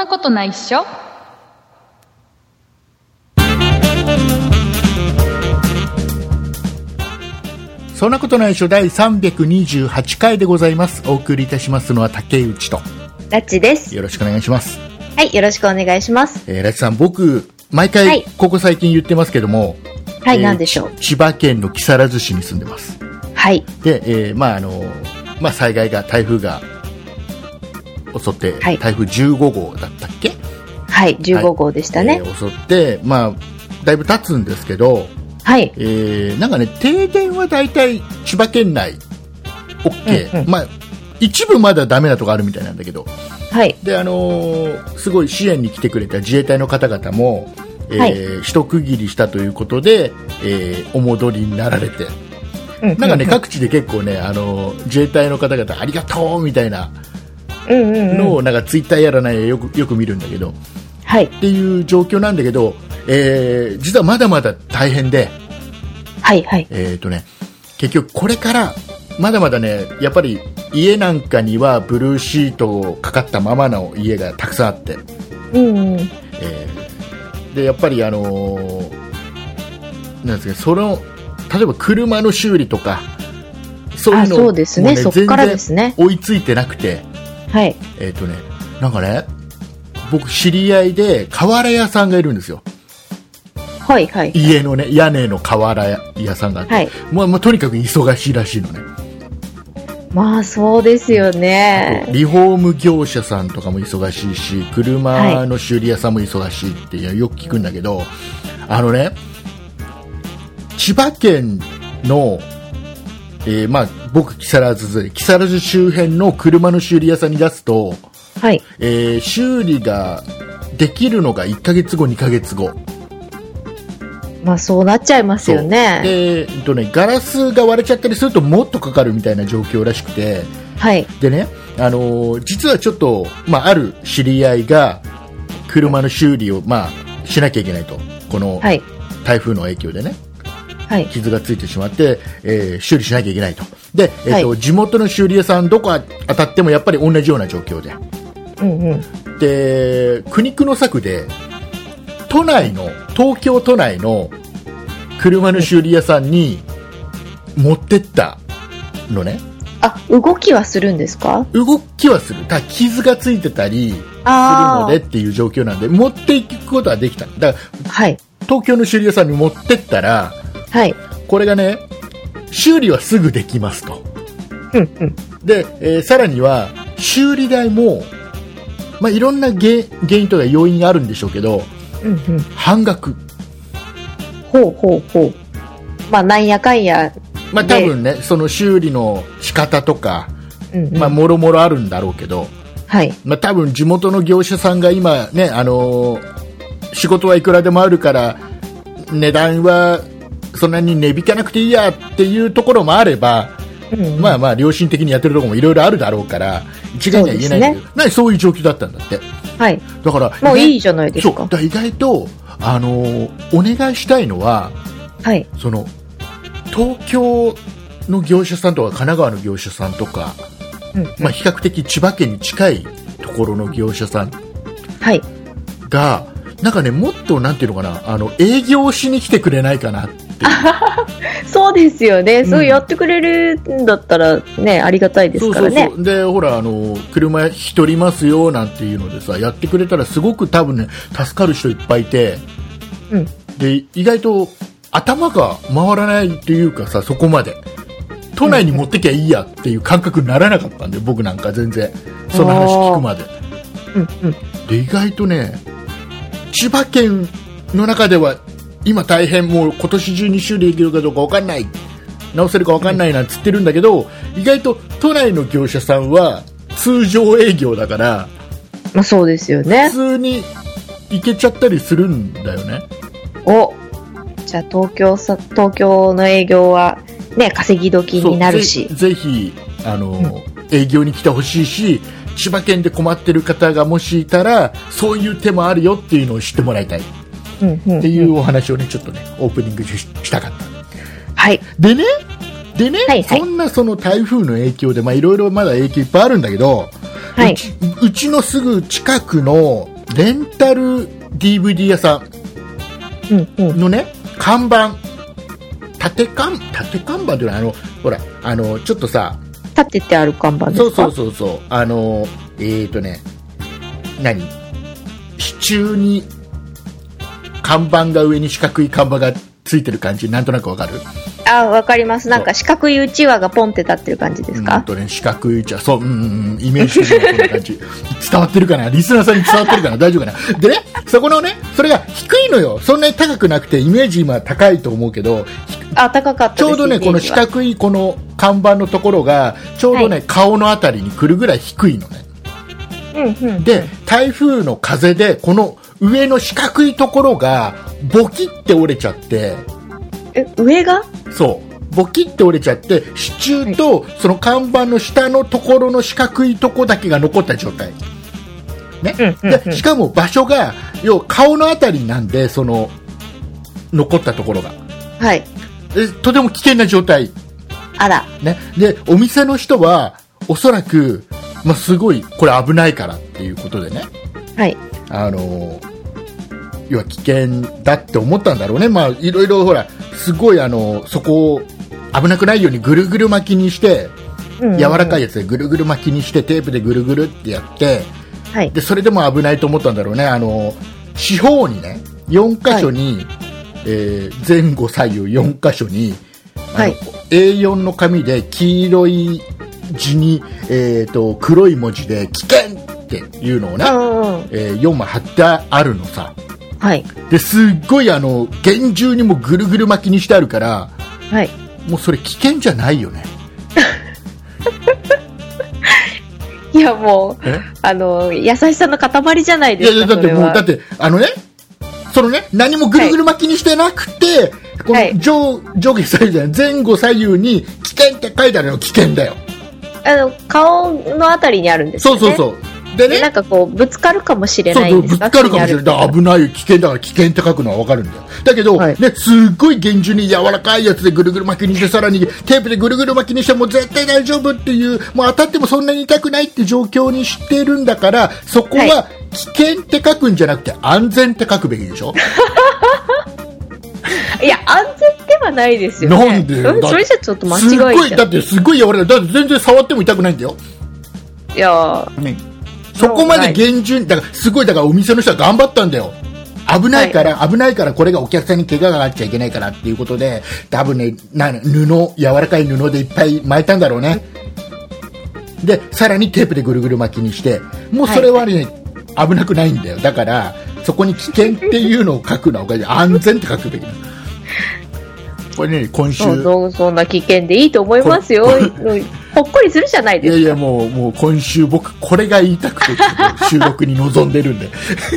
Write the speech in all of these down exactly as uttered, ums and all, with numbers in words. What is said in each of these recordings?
なことないっしょ。 そんなことないっしょだいさんびゃくにじゅうはちかいでございます。お送りいたしますのは竹内とラッチです。 よろしくお願いします。 はい、よろしくお願いします。 えー、ラッチさん、僕毎回、はい、ここ最近言ってますけども、 はい、何、えー、でしょう。 千葉県の木更津市に住んでます。 はい。 で、えー、まああのまあ災害が台風が襲って、はい、台風じゅうごごうだったっけ？ はい、じゅうごごうでしたね。 はい、えー、襲ってまあだいぶ経つんですけど。 はい、 えー、なんかね、停電はだいたい千葉県内 OK、うんうん、まあ一部まだダメなとこあるみたいなんだけど、 はい、 であのー、すごい支援に来てくれた自衛隊の方々も、えーはい、一区切りしたということで、えー、お戻りになられて、うんうんうん、なんかね各地で結構ね、あのー、自衛隊の方々ありがとうみたいなのをなんかツイッターやらないよくよく見るんだけど、 はい、 っていう状況なんだけど、えー、実はまだまだ大変で、 はいはい、 えーとね、結局これからまだまだね、やっぱり家なんかにはブルーシートかかったままの家がたくさんあって、 うんうん、 えー、でやっぱりあのー、なんですか、その例えば車の修理とかそういうのも、ね、 そうですね、そっからですね、 追いついてなくて、 はい、 えーとね、なんかね、僕知り合いで瓦屋さんがいるんですよ。 はいはい、 家のね、屋根の瓦屋さんがあって、はい、まあまあ、とにかく忙しいらしいのね。 まあそうですよね。 リフォーム業者さんとかも忙しいし、車の修理屋さんも忙しいってよく聞くんだけど、あのね、千葉県の、えー、まあ僕木更津木更津周辺の車の修理屋さんに出すと、 はい、 えー、修理ができるのがいっかげつごにかげつご。 まあそうなっちゃいますよね。 で、えっとね、ガラスが割れちゃったりするともっとかかるみたいな状況らしくて、 はい、 でね、あのー、実はちょっと、まあ、ある知り合いが車の修理を、まあ、しなきゃいけないと、この台風の影響でね、はい、傷がついてしまって、えー、修理しなきゃいけないと。で、えっとはい、地元の修理屋さんどこ当たってもやっぱり同じような状況で、 うんうん、 で苦肉の策で都内の東京都内の車の修理屋さんに持ってったのね。 あ、動きはするんですか？ 動きはする。ただ傷がついてたりするのでっていう状況なんで持っていくことはできた。だから、はい、東京の修理屋さんに持ってったら、 はい、これがね、修理はすぐできますと。 うんうん、 で、えー、さらには修理代も、まあ、いろんな原因とか要因があるんでしょうけど、 うんうん、 半額。 ほうほうほう。まあなんやかんや。 まあ多分ね、その修理の仕方とか、うんうん、まあもろもろあるんだろうけど、 はい。 まあ多分地元の業者さんが今ね、あのー、仕事はいくらでもあるから値段はそんなに値引かなくていいやっていうところもあれば、うんうん、まあまあ良心的にやってるところもいろいろあるだろうから一概には言えないんだけど、そう、ね、そういう状況だったんだって。 はい。 だからもういいじゃないですか。 そうだ、意外とあのー、お願いしたいのは、 はい、 その東京の業者さんとか神奈川の業者さんとか、うんうん、まあ、比較的千葉県に近いところの業者さんが、 はい、 なんかね、もっとなんていうのかな、あの営業しに来てくれないかなっていうそうですよね、うん、そうやってくれるんだったら、ね、ありがたいですからね。 そうそうそう。でほら、あの車引き取りますよなんていうのでさ、やってくれたらすごく多分ね助かる人いっぱいいて、 うん、 で意外と頭が回らないというかさ、そこまで都内に持ってきゃいいやっていう感覚にならなかったんで、僕なんか全然その話聞くまで、 うんうん、 で意外とね、千葉県の中では今大変、もう今年中に修理できるかどうか分かんない、直せるか分かんないなんつってるんだけど、意外と都内の業者さんは通常営業だから、 まあ、そうですよね、 普通に行けちゃったりするんだよね。 お、じゃあ東京さ、東京の営業はね、稼ぎ時になるし、 ぜ, ぜひあの、うん、営業に来てほしいし、千葉県で困ってる方がもしいたらそういう手もあるよっていうのを知ってもらいたい、うんうんうん、っていうお話をね、ちょっとねオープニングししたかった。 はい。 でねでね、 はいはい、 そんなその台風の影響で、まあいろいろまだ影響いっぱいあるんだけど、 はい、 うち、うちのすぐ近くのレンタル ディーブイディー 屋さんのね、うんうん、看板、縦看縦看板というのはあのほらあのちょっとさ立ててある看板ですか？ そうそうそうそう、あのえーとね何支柱に看板が上に四角い看板がついてる感じ、なんとなくわかる？ あ、わかります。なんか四角いうちわがポンって立ってる感じですか？ うんとね、四角いうちわ、そう、うんうん、イメージ的にはこんな感じ。伝わってるかな？リスナーさんに伝わってるかな？大丈夫かな？でね、そこのね、それが低いのよ。そんなに高くなくて、イメージ今高いと思うけど、 あ、高かったです。 ちょうどね、この四角いこの看板のところが、ちょうどね、はい、顔のあたりに来るぐらい低いのね。 うんうん、 で、台風の風で、この上の四角いところが、ボキって折れちゃって、 え、上が？ そうボキって折れちゃって支柱とその看板の下のところの四角いとこだけが残った状態、ね、うんうんうん、でしかも場所が要は顔のあたりなんで、その残ったところが、 はい、 えとても危険な状態、 あら、 ね、でお店の人はおそらく、まあ、すごいこれ危ないからっていうことでね、 はい、あの要は危険だって思ったんだろうね。まあいろいろほらすごいあのそこを危なくないようにぐるぐる巻きにして、うんうんうん、柔らかいやつでぐるぐる巻きにしてテープでぐるぐるってやって、はい、でそれでも危ないと思ったんだろうね。あの四方にねよん箇所に、はい、えー、前後左右よん箇所にあの、はい、エーよん の紙で黄色い字に、えー、と黒い文字で危険っていうのをね、えー、よんまい貼ってあるのさ。 はい、 ですっごいあの厳重にもぐるぐる巻きにしてあるから、 はい、 もうそれ危険じゃないよね。 いやもうあの優しさの塊じゃないですか。 いやいやだってもうだってあのねそのね何もぐるぐる巻きにしてなくて、はい、この 上,、はい、上下左右じゃない前後左右に危険って書いてあるの危険だよ。 あの顔のあたりにあるんですよね。 そうそうそうでね、 なんかこうぶつかるかもしれないんですか？ そうそうぶつかるかもしれない。だから危ない危険だから危険って書くのは分かるんだよ。だけど、はい、ね、すっごい厳重に柔らかいやつでぐるぐる巻きにしてさらにテープでぐるぐる巻きにしてもう絶対大丈夫っていうもう当たってもそんなに痛くないって状況にしてるんだからそこは危険って書くんじゃなくて安全って書くべきでしょ。 いや安全ではないですよね。 なんでよ。 それじゃちょっと間違いじゃん。すごいだってすごい柔らかいだって全然触っても痛くないんだよ。 いやー、 ね、そこまで厳重にだからすごいだからお店の人は頑張ったんだよ。危ないから、はい、危ないからこれがお客さんに怪我があっちゃいけないからっていうことで多分ねな布柔らかい布でいっぱい巻いたんだろうね。でさらにテープでぐるぐる巻きにしてもうそれはね、はい、危なくないんだよ。だからそこに危険っていうのを書くのはおかしい。安全って書くべきだ。これね今週そ, そんな危険でいいと思いますよ。ほっこりするじゃないですか。 いやいやもうもう今週僕これが言いたくて収録に臨んでるんで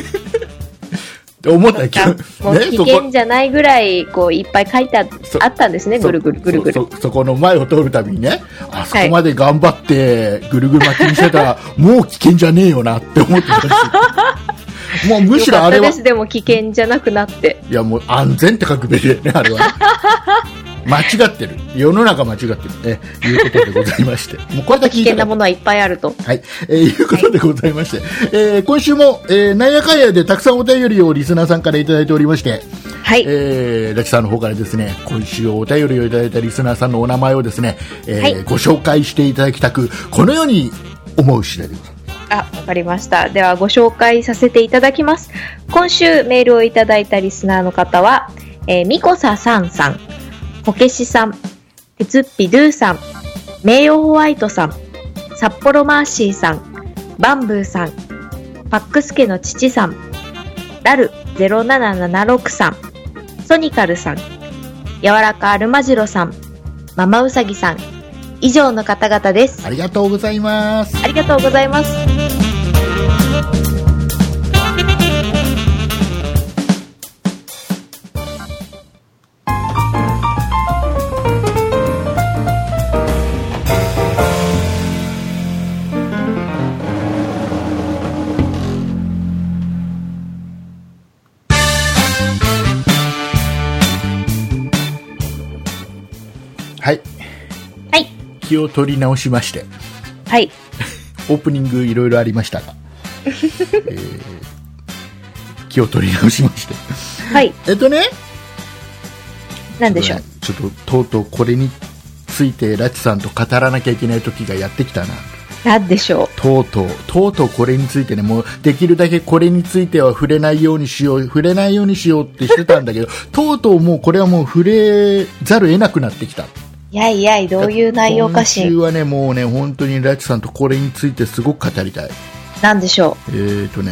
思ったけど、 ね、危険じゃないぐらいこういっぱい書いて あ, あったんですね。ぐるぐるぐるぐるそ, そ, そこの前を通るたびにねあそこまで頑張ってぐるぐる巻きにしてたら、はい、もう危険じゃねえよなって思ってたんですよ。もうむしろあれはでも危険じゃなくなっていやもう安全って書くべきだよねあれは、ね、間違ってる世の中間違ってるねいうことでございましてもうこれだけ危険なものはいっぱいあるとはい、えー、いうことでございまして、はいえー、今週も、えー、なんやかんやでたくさんお便りをリスナーさんからいただいておりましてはい、 えー、ラキさんの方からですね今週お便りをいただいたリスナーさんのお名前をですね、えーはい、ご紹介していただきたくこのように思う次第でございます。 あ、わかりました。ではご紹介させていただきます。今週メールをいただいたリスナーの方は、えー、みこささんさん、こけしさん、てつっぴドゥさん、名誉ホワイトさん、札幌マーシーさん、バンブーさん、パックスケの父さん、ラルゼロななななろくさん、ソニカルさん、柔らかアルマジロさん、ママウサギさん、以上の方々です。 ありがとうございます。 ありがとうございます。 はい。 はい。 気を取り直しまして。 はい。 オープニングいろいろありましたが、えー、 気を取り直しましてはいえっとねなんでしょう、 ちょっととうとうこれについてラチさんと語らなきゃいけない時がやってきたな。 なんでしょうとうとうとうとうこれについてね、もうできるだけこれについては触れないようにしよう触れないようにしようってしてたんだけどとうとうもうこれはもう触れざるを得なくなってきた。 やいやい、どういう内容かし今週はねもうね本当にラチさんとこれについてすごく語りたい。 なんでしょう。えーとね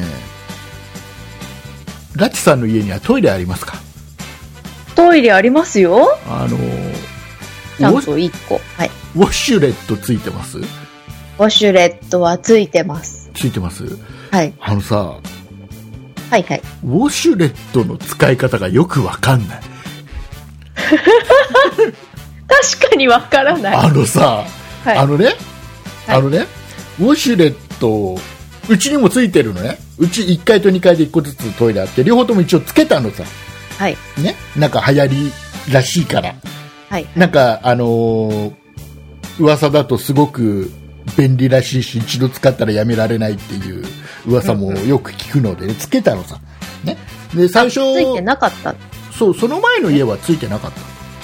ラチさんの家にはトイレありますか？ トイレありますよ。 あのちゃんといっこ、はい、 ウォシュレットついてます？ ウォシュレットはついてます。 ついてます。 はい。 あのさ、 はいはい。 ウォシュレットの使い方がよくわかんない。 確かにわからない。 あのさ、はい、あのね、はい、あのね、ウォシュレットうちにもついてるのね。うちいっかいとにかいでいっこずつトイレあって両方とも一応つけたのさ。 はい。 ね、なんか流行りらしいから。 はい。 なんかあのー、噂だとすごく便利らしいし一度使ったらやめられないっていう噂もよく聞くので、ね、つけたのさ。ね。で最初ついてなかった。 そう、その前の家はついてなかった。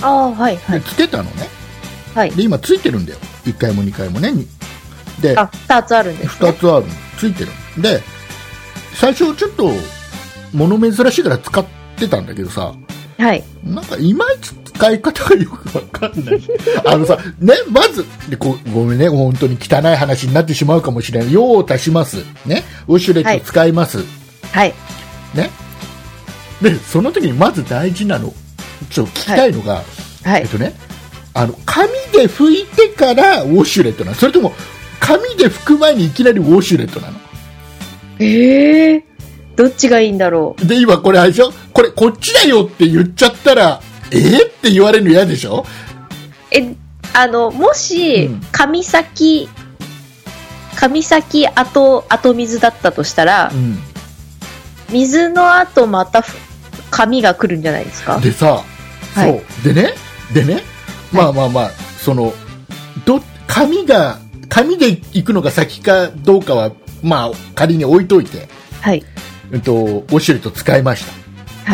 ああ、はいはい。 でつけたのね。 はい。 で今ついてるんだよ。いっかいもにかいもね。で、 あ、ふたつあるんですね。 ふたつある。ついてる。で最初ちょっと物珍しいから使ってたんだけどさ。 はい。 なんかいまいち使い方がよくわかんない。あのさ、ね、まずでこごめんね、本当に汚い話になってしまうかもしれない。用を足します。ね。ウォシュレット使います。 はい。 ね。で、その時にまず大事なの、ちょっと聞きたいのが、はいはい、えっとね、あの、紙で拭いてからウォシュレットなの？それとも、紙で拭く前にいきなりウォシュレットなの？ えー。どっちがいいんだろう。で今これあれでしょ、これこっちだよって言っちゃったらえー、って言われるの嫌でしょ。 えあのもし、うん、紙先紙先後後水だったとしたら、うん、水の後また紙が来るんじゃないですか。 でさ、はい、そうでねでね、まあまあまあ、はい、そのど紙が紙で行くのが先かどうかはまあ仮に置いといて、 はい。 えっと、ウォシュレット使いました。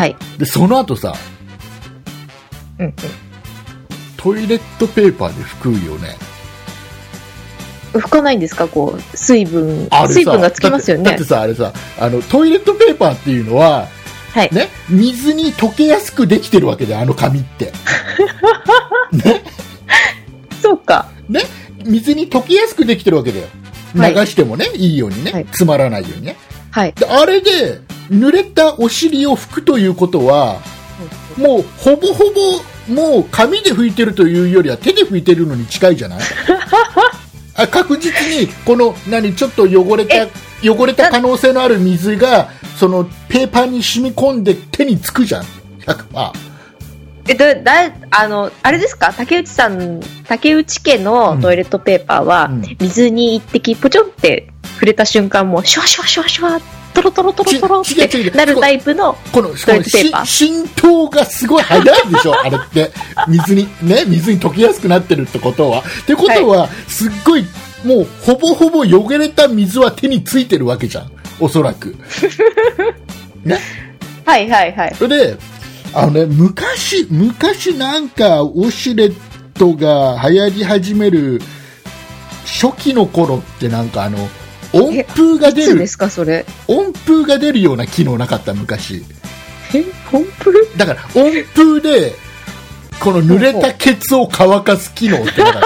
はい。 で、その後さ、 うんうん、 トイレットペーパーで拭くよね。 拭かないんですか？こう水分水分がつきますよね。 だってさ、あれさ、あのトイレットペーパーっていうのは、 はい、 ね、水に溶けやすくできてるわけで、あの紙って。ね。 そうか。 ね、水に溶けやすくできてるわけだよ。流してもね、はい、いいようにね、はい、詰まらないようにね。 はい、 であれで濡れたお尻を拭くということは、うん、もうほぼほぼもう紙で拭いてるというよりは手で拭いてるのに近いじゃない。あ、確実にこの何ちょっと汚れた汚れた可能性のある水がそのペーパーに染み込んで手につくじゃん。ひゃくパーセント。 えだだあのあれですか、竹内さん竹内家のトイレットペーパーは、うん、水に一滴ポチョンって触れた瞬間もうシュワシュワシュワシュワトロトロトロトロってなるタイプのトイレットペーパー。 浸透がすごい早いでしょ。あれって水にね水に溶けやすくなってるってことはってことは、はい、すっごいもうほぼほぼ汚れた水は手についてるわけじゃん、おそらく。ね。 はいはいはい。 それであのね、昔昔なんかウォシュレットが流行り始める初期の頃ってなんかあの温風が出る、 いつですかそれ。 温風が出るような機能なかった昔。 え、温風？ だから温風でこの濡れたケツを乾かす機能ってなかった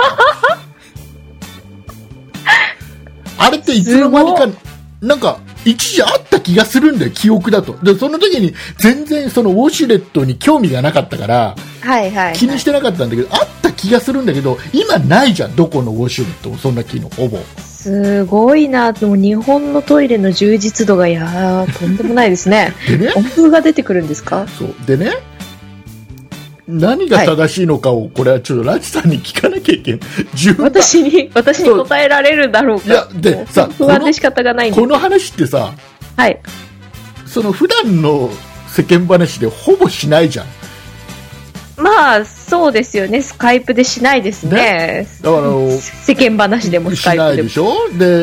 。あれっていつの間にかなんか一時あった気がするんだよ、記憶だと。でその時に全然そのウォシュレットに興味がなかったから、 はいはいはい、 気にしてなかったんだけど、あった気がするんだけど今ないじゃん、どこのウォシュレットもそんな機能ほぼ。 すごいな。でも日本のトイレの充実度がいやとんでもないですね。 でね、 温風が出てくるんですか。 そうでね、何が正しいのかを、これはちょっとラチさんに聞かなきゃいけない。 私に私に答えられるだろうか。 いやでさ、 不安で仕方がないんです。 この話ってさ、 はい、その普段の世間話でほぼしないじゃん。 まあそうですよね、スカイプでしないですね。 ね、だから世間話でもスカイプでもしないでしょ。で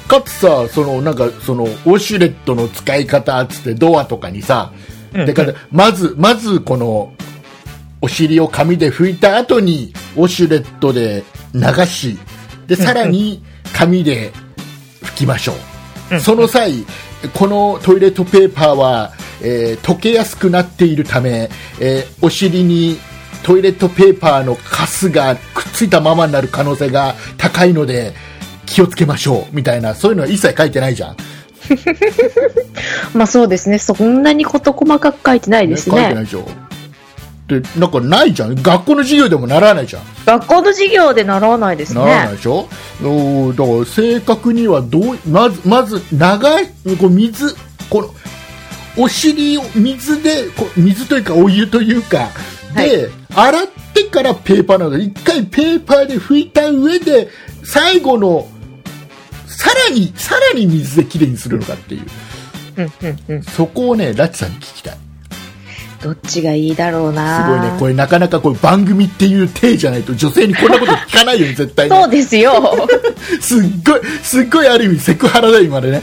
かつさ、そのなんかそのウォシュレットの使い方つってドアとかにさ、うんうん、でからまずまずこのお尻を紙で拭いた後にウォシュレットで流し、でさらに紙で拭きましょう、うんうん、その際このトイレットペーパーは、えー、溶けやすくなっているため、えー、お尻にトイレットペーパーのカスがくっついたままになる可能性が高いので気をつけましょうみたいな、そういうのは一切書いてないじゃん。 まあそうですね、そんなに事細かく書いてないですね。 書いてないでしょ。でなんかないじゃん、学校の授業でも習わないじゃん。 学校の授業で習わないですね。 習わないでしょ。おだから正確にはどうまずまず長いこう水このお尻を水でこう水というかお湯というかで、はい、洗ってからペーパーなので一回ペーパーで拭いた上で最後のさらにさらに水できれいにするのかっていう、うんうんうん、そこをねラチさんに聞きたい。 どっちがいいだろうな。 すごいね、これなかなかこう番組っていう体じゃないと女性にこんなこと聞かないよね絶対に。 そうですよ。 すっごいすっごいある意味セクハラだよ今でね。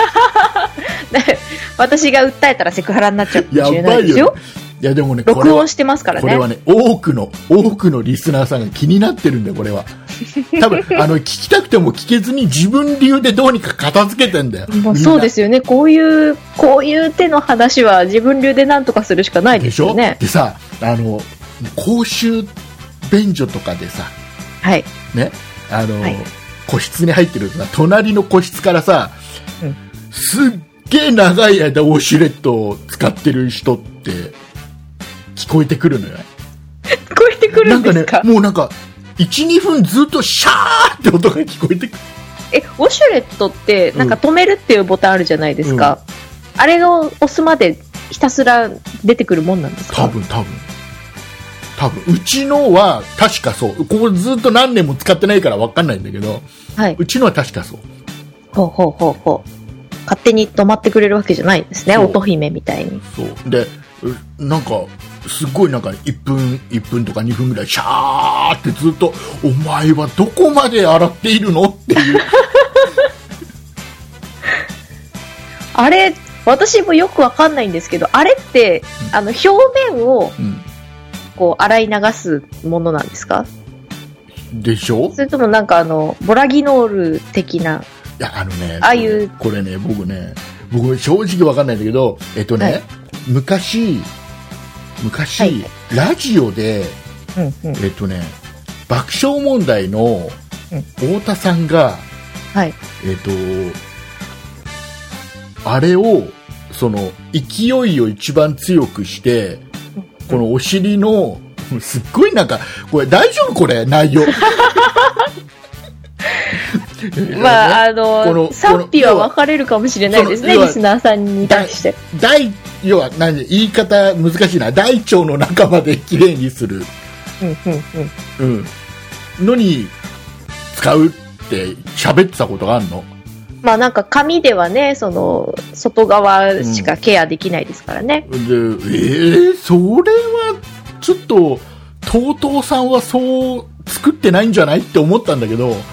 私が訴えたらセクハラになっちゃうかもしれないですよ。やばいよね。いやでもね、録音してますからね。 これはね、多くの多くのリスナーさんが気になってるんだよこれは。多分あの聞きたくても聞けずに自分流でどうにか片付けてんだよ。 もうそうですよね。こういうこういう手の話は自分流で何とかするしかないですよね。 でしょ。でさ、あの公衆便所とかでさ、 はいね、あの、はい、個室に入ってるさ、隣の個室からさ、うん、すっげえ長い間ウォシュレットを使ってる人って聞こえてくるのよね。 聞こえてくるんですか。 なんかね、もうなんかいち、にふんずっとシャーって音が聞こえてくる。 え、ウォシュレットってなんか止めるっていうボタンあるじゃないですか、うん、あれを押すまでひたすら出てくるもんなんですか。 多分多分多分うちのは確かそう。ここずっと何年も使ってないから分かんないんだけど、はい、うちのは確かそう。 ほうほうほうほう。勝手に止まってくれるわけじゃないんですね、乙姫みたいに。 そうで、なんかすごいなんかいっぷんいっぷんとかにふんぐらいシャーってずっとお前はどこまで洗っているのっていう。 あれ私もよくわかんないんですけど、あれって、うん、あの表面をこう洗い流すものなんですか。 でしょ。 それともなんかあのボラギノール的な。 いやあのね、 ああいうこれね、僕ね、僕正直わかんないんだけど、えっとね、はい、昔昔、はい、ラジオで、うんうん、えっとね、爆笑問題の太田さんが、 うん、はい、 えっとあれをその勢いを一番強くして、うん、このお尻のすっごいなんかこれ大丈夫これ内容。 まあ、あの賛否は分かれるかもしれないですね、リスナーさんに対して。 大要は何言い方難しいな、大腸の中まできれいにする、うんうんうん、のに使うって喋ってたことがあるの。 まあなんか紙ではね、その外側しかケアできないですからね、 うん、でえー、それはちょっと トートー さんはそう作ってないんじゃないって思ったんだけど、うんうん、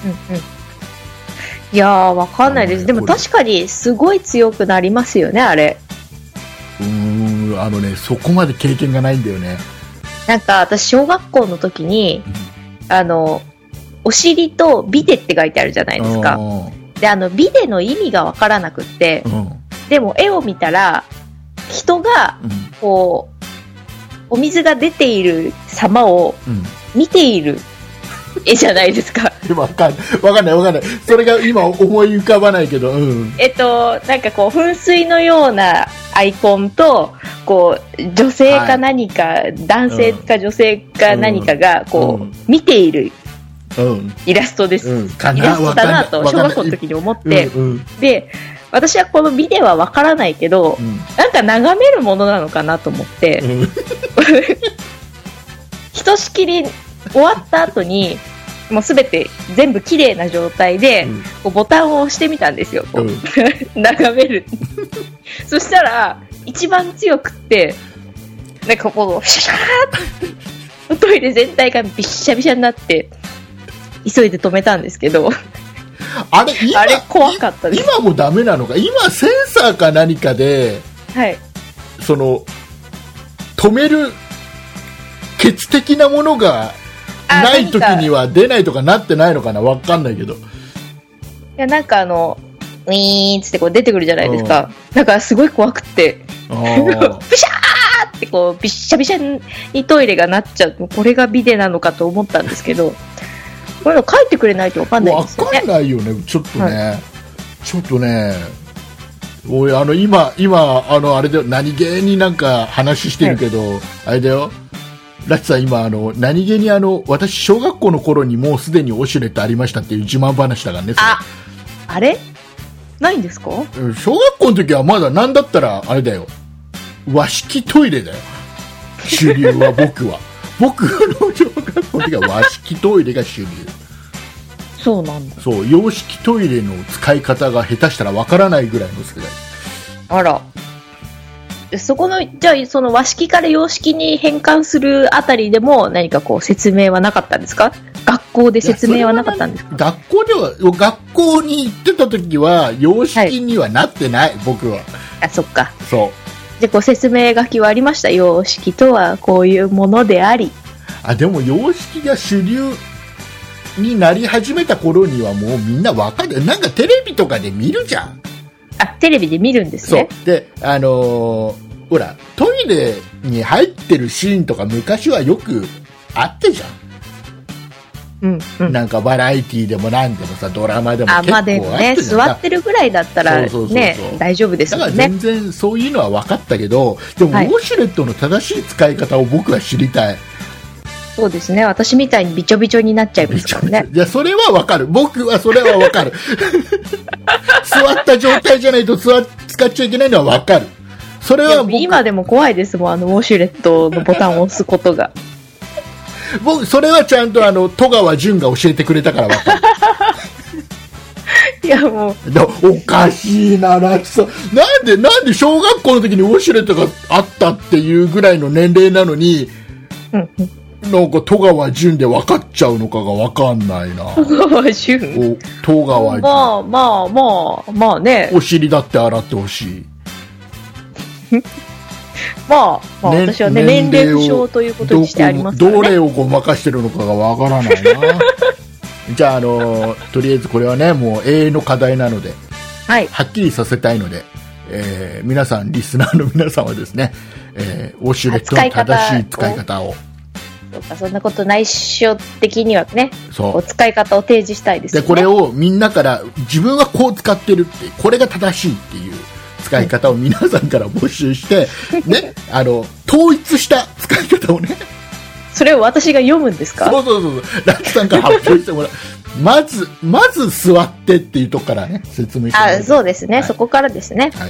いやーわかんないです、ね、でも確かにすごい強くなりますよねあれ。 うーん、あのね、そこまで経験がないんだよね。 なんか私小学校の時に、うん、あのお尻とビデって書いてあるじゃないですか。で、あのビデの意味が分からなくって、うん、でも絵を見たら人がこう、うん、お水が出ている様を見ている絵じゃないですか。 わかんないわかんないわかんない。それが今思い浮かばないけど、うん、 えっとなんかこう噴水のようなアイコンとこう女性か何か、はい、男性か女性か何かがこう、うん、見ているイラストです、うん、イラストだなと小学校の時に思って、うんうん、で私はこのビデオはわからないけど、うん、なんか眺めるものなのかなと思って、うん、ひとしきり終わった後にもうすべて全部綺麗な状態で、うん、こうボタンを押してみたんですよ、こう、うん、眺める。そしたら一番強くってなんかこうシャーットイレ全体がびっしゃびしゃになって急いで止めたんですけど、 あれ今あれ怖かったです。 今もダメなのか。今センサーか何かで、 はい、 その止めるケツ的なものがない時には出ないとかなってないのかな、わかんないけど。いやなんかあのウィーンってこう出てくるじゃないですか。うん、だからすごい怖くて、ブシャーってこうビッシャビシャにトイレがなっちゃう。これがビデなのかと思ったんですけど、こういうの書いてくれないとわかんないですよね。 わかんないよね、ちょっとね、はい、ちょっとね。俺あの今今あのあれで何気になんか話してるけど、はい、あれだよ。ラッチさん今あの何気にあの私小学校の頃にもうすでにウォシュレットありましたっていう自慢話だからね。 あ、あれないんですか？ 小学校の時はまだなんだったらあれだよ、和式トイレだよ主流は。僕は僕の小学校の時は和式トイレが主流。 そうなんだ。 そう、洋式トイレの使い方が下手したらわからないぐらいの世代。 あら、そこのじゃあその和式から洋式に変換するあたりでも何かこう説明はなかったんですか？学校で説明はなかったんですか？ 学校では学校に行ってた時は洋式にはなってない、はい、僕は。 あ、そっか。 そう。 でこう説明書きはありました。洋式とはこういうものであり。 あ、でも洋式が主流になり始めた頃にはもうみんなわかる。なんかテレビとかで見るじゃん。 あ、テレビで見るんですね。 そうで、あのー、ほらトイレに入ってるシーンとか昔はよくあってじゃん。 うんうん、 なんかバラエティーでもなんでもさ、ドラマでも結構あってじゃん。あ、まあでもね、 座ってるぐらいだったらね、そうそうそうそう大丈夫ですもんね。 だから全然そういうのは分かったけど、でもウォシュレットの正しい使い方を僕は知りたい。 そうですね。私みたいにびちょびちょになっちゃいますからね。 いや、それはわかる。僕はそれはわかる。座った状態じゃないと使っちゃいけないのはわかる。それは僕今でも怖いですもん、あのウォシュレットのボタンを押すことが。 僕それはちゃんとあの戸川純が教えてくれたからわかる。 いやもうおかしいな、ラキさん。なんでなんで小学校の時にウォシュレットがあったっていうぐらいの年齢なのに。うんうん、なんか戸川純で分かっちゃうのかが分かんないな。 戸川純。 戸川純。 まあまあまあまあね。 お尻だって洗ってほしい。 まあ、まあ、私はね年齢不詳ということにしてありますからね。 どれをごまかしてるのかが分からないな。じゃああのとりあえずこれはねもう永遠の課題なので、はい、はっきりさせたいので、えー、皆さんリスナーの皆さんはですね、えー、ウォシュレットの正しい使い方を。 そうか、そんなことないっしょ的にはね、そう使い方を提示したいですね。 でこれをみんなから自分はこう使ってるってこれが正しいっていう使い方を皆さんから募集して、ね、あの統一した使い方をね。 それを私が読むんですか？ そうそうそうそう。ラッキさんから発表してもらう。まずまず座ってっていうとこからね説明してもらう。 あ、そうですね、はい、そこからですね。はい。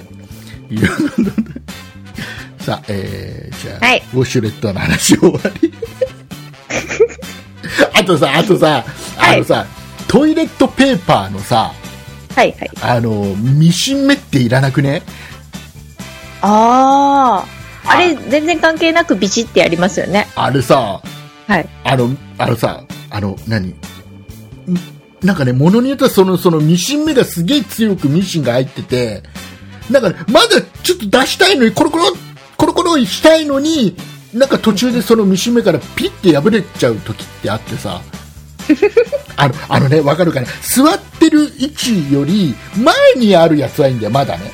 さあ、えー、じゃあ、はい、ウォシュレットの話終わり。あとさ、あとさ、あのさ、はい、トイレットペーパーのさ、 はいはい、あのミシン目っていらなくね？ ああ、あれ全然関係なくビチってやりますよね。 あれさ、 はい、 あのあのさ、あの何？なんかね、ものによってはそのそのミシン目がすげえ強くミシンが入ってて、なんか、ね、まだちょっと出したいのにコロコロコロコロしたいのに。なんか途中でそのミシン目からピッて破れちゃう時ってあってさあのあのね、わかるかな、座ってる位置より前にあるやつはいいんだよ、まだね。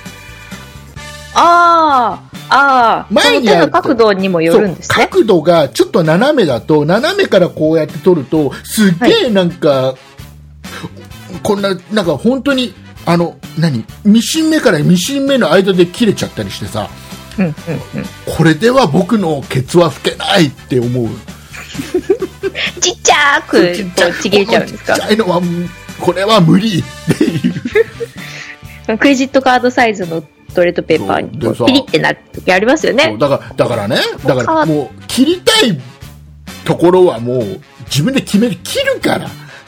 あーあー、前にある角度にもよるんですね。 角度がちょっと斜めだと、斜めからこうやって撮るとすっげえなんか、はい、こんななんか本当にあの何ミシン目からミシン目の間で切れちゃったりしてさ、うんうんうん、これでは僕のケツは拭けないって思う。 ちっちゃーくちぎれちゃうんですか？ ちっちゃいのはこれは無理っていうクレジットカードサイズのトイレットペーパーにピリってなる時ありますよね。 だからだからね、だからもう切りたいところはもう自分で決める、切るから、ね、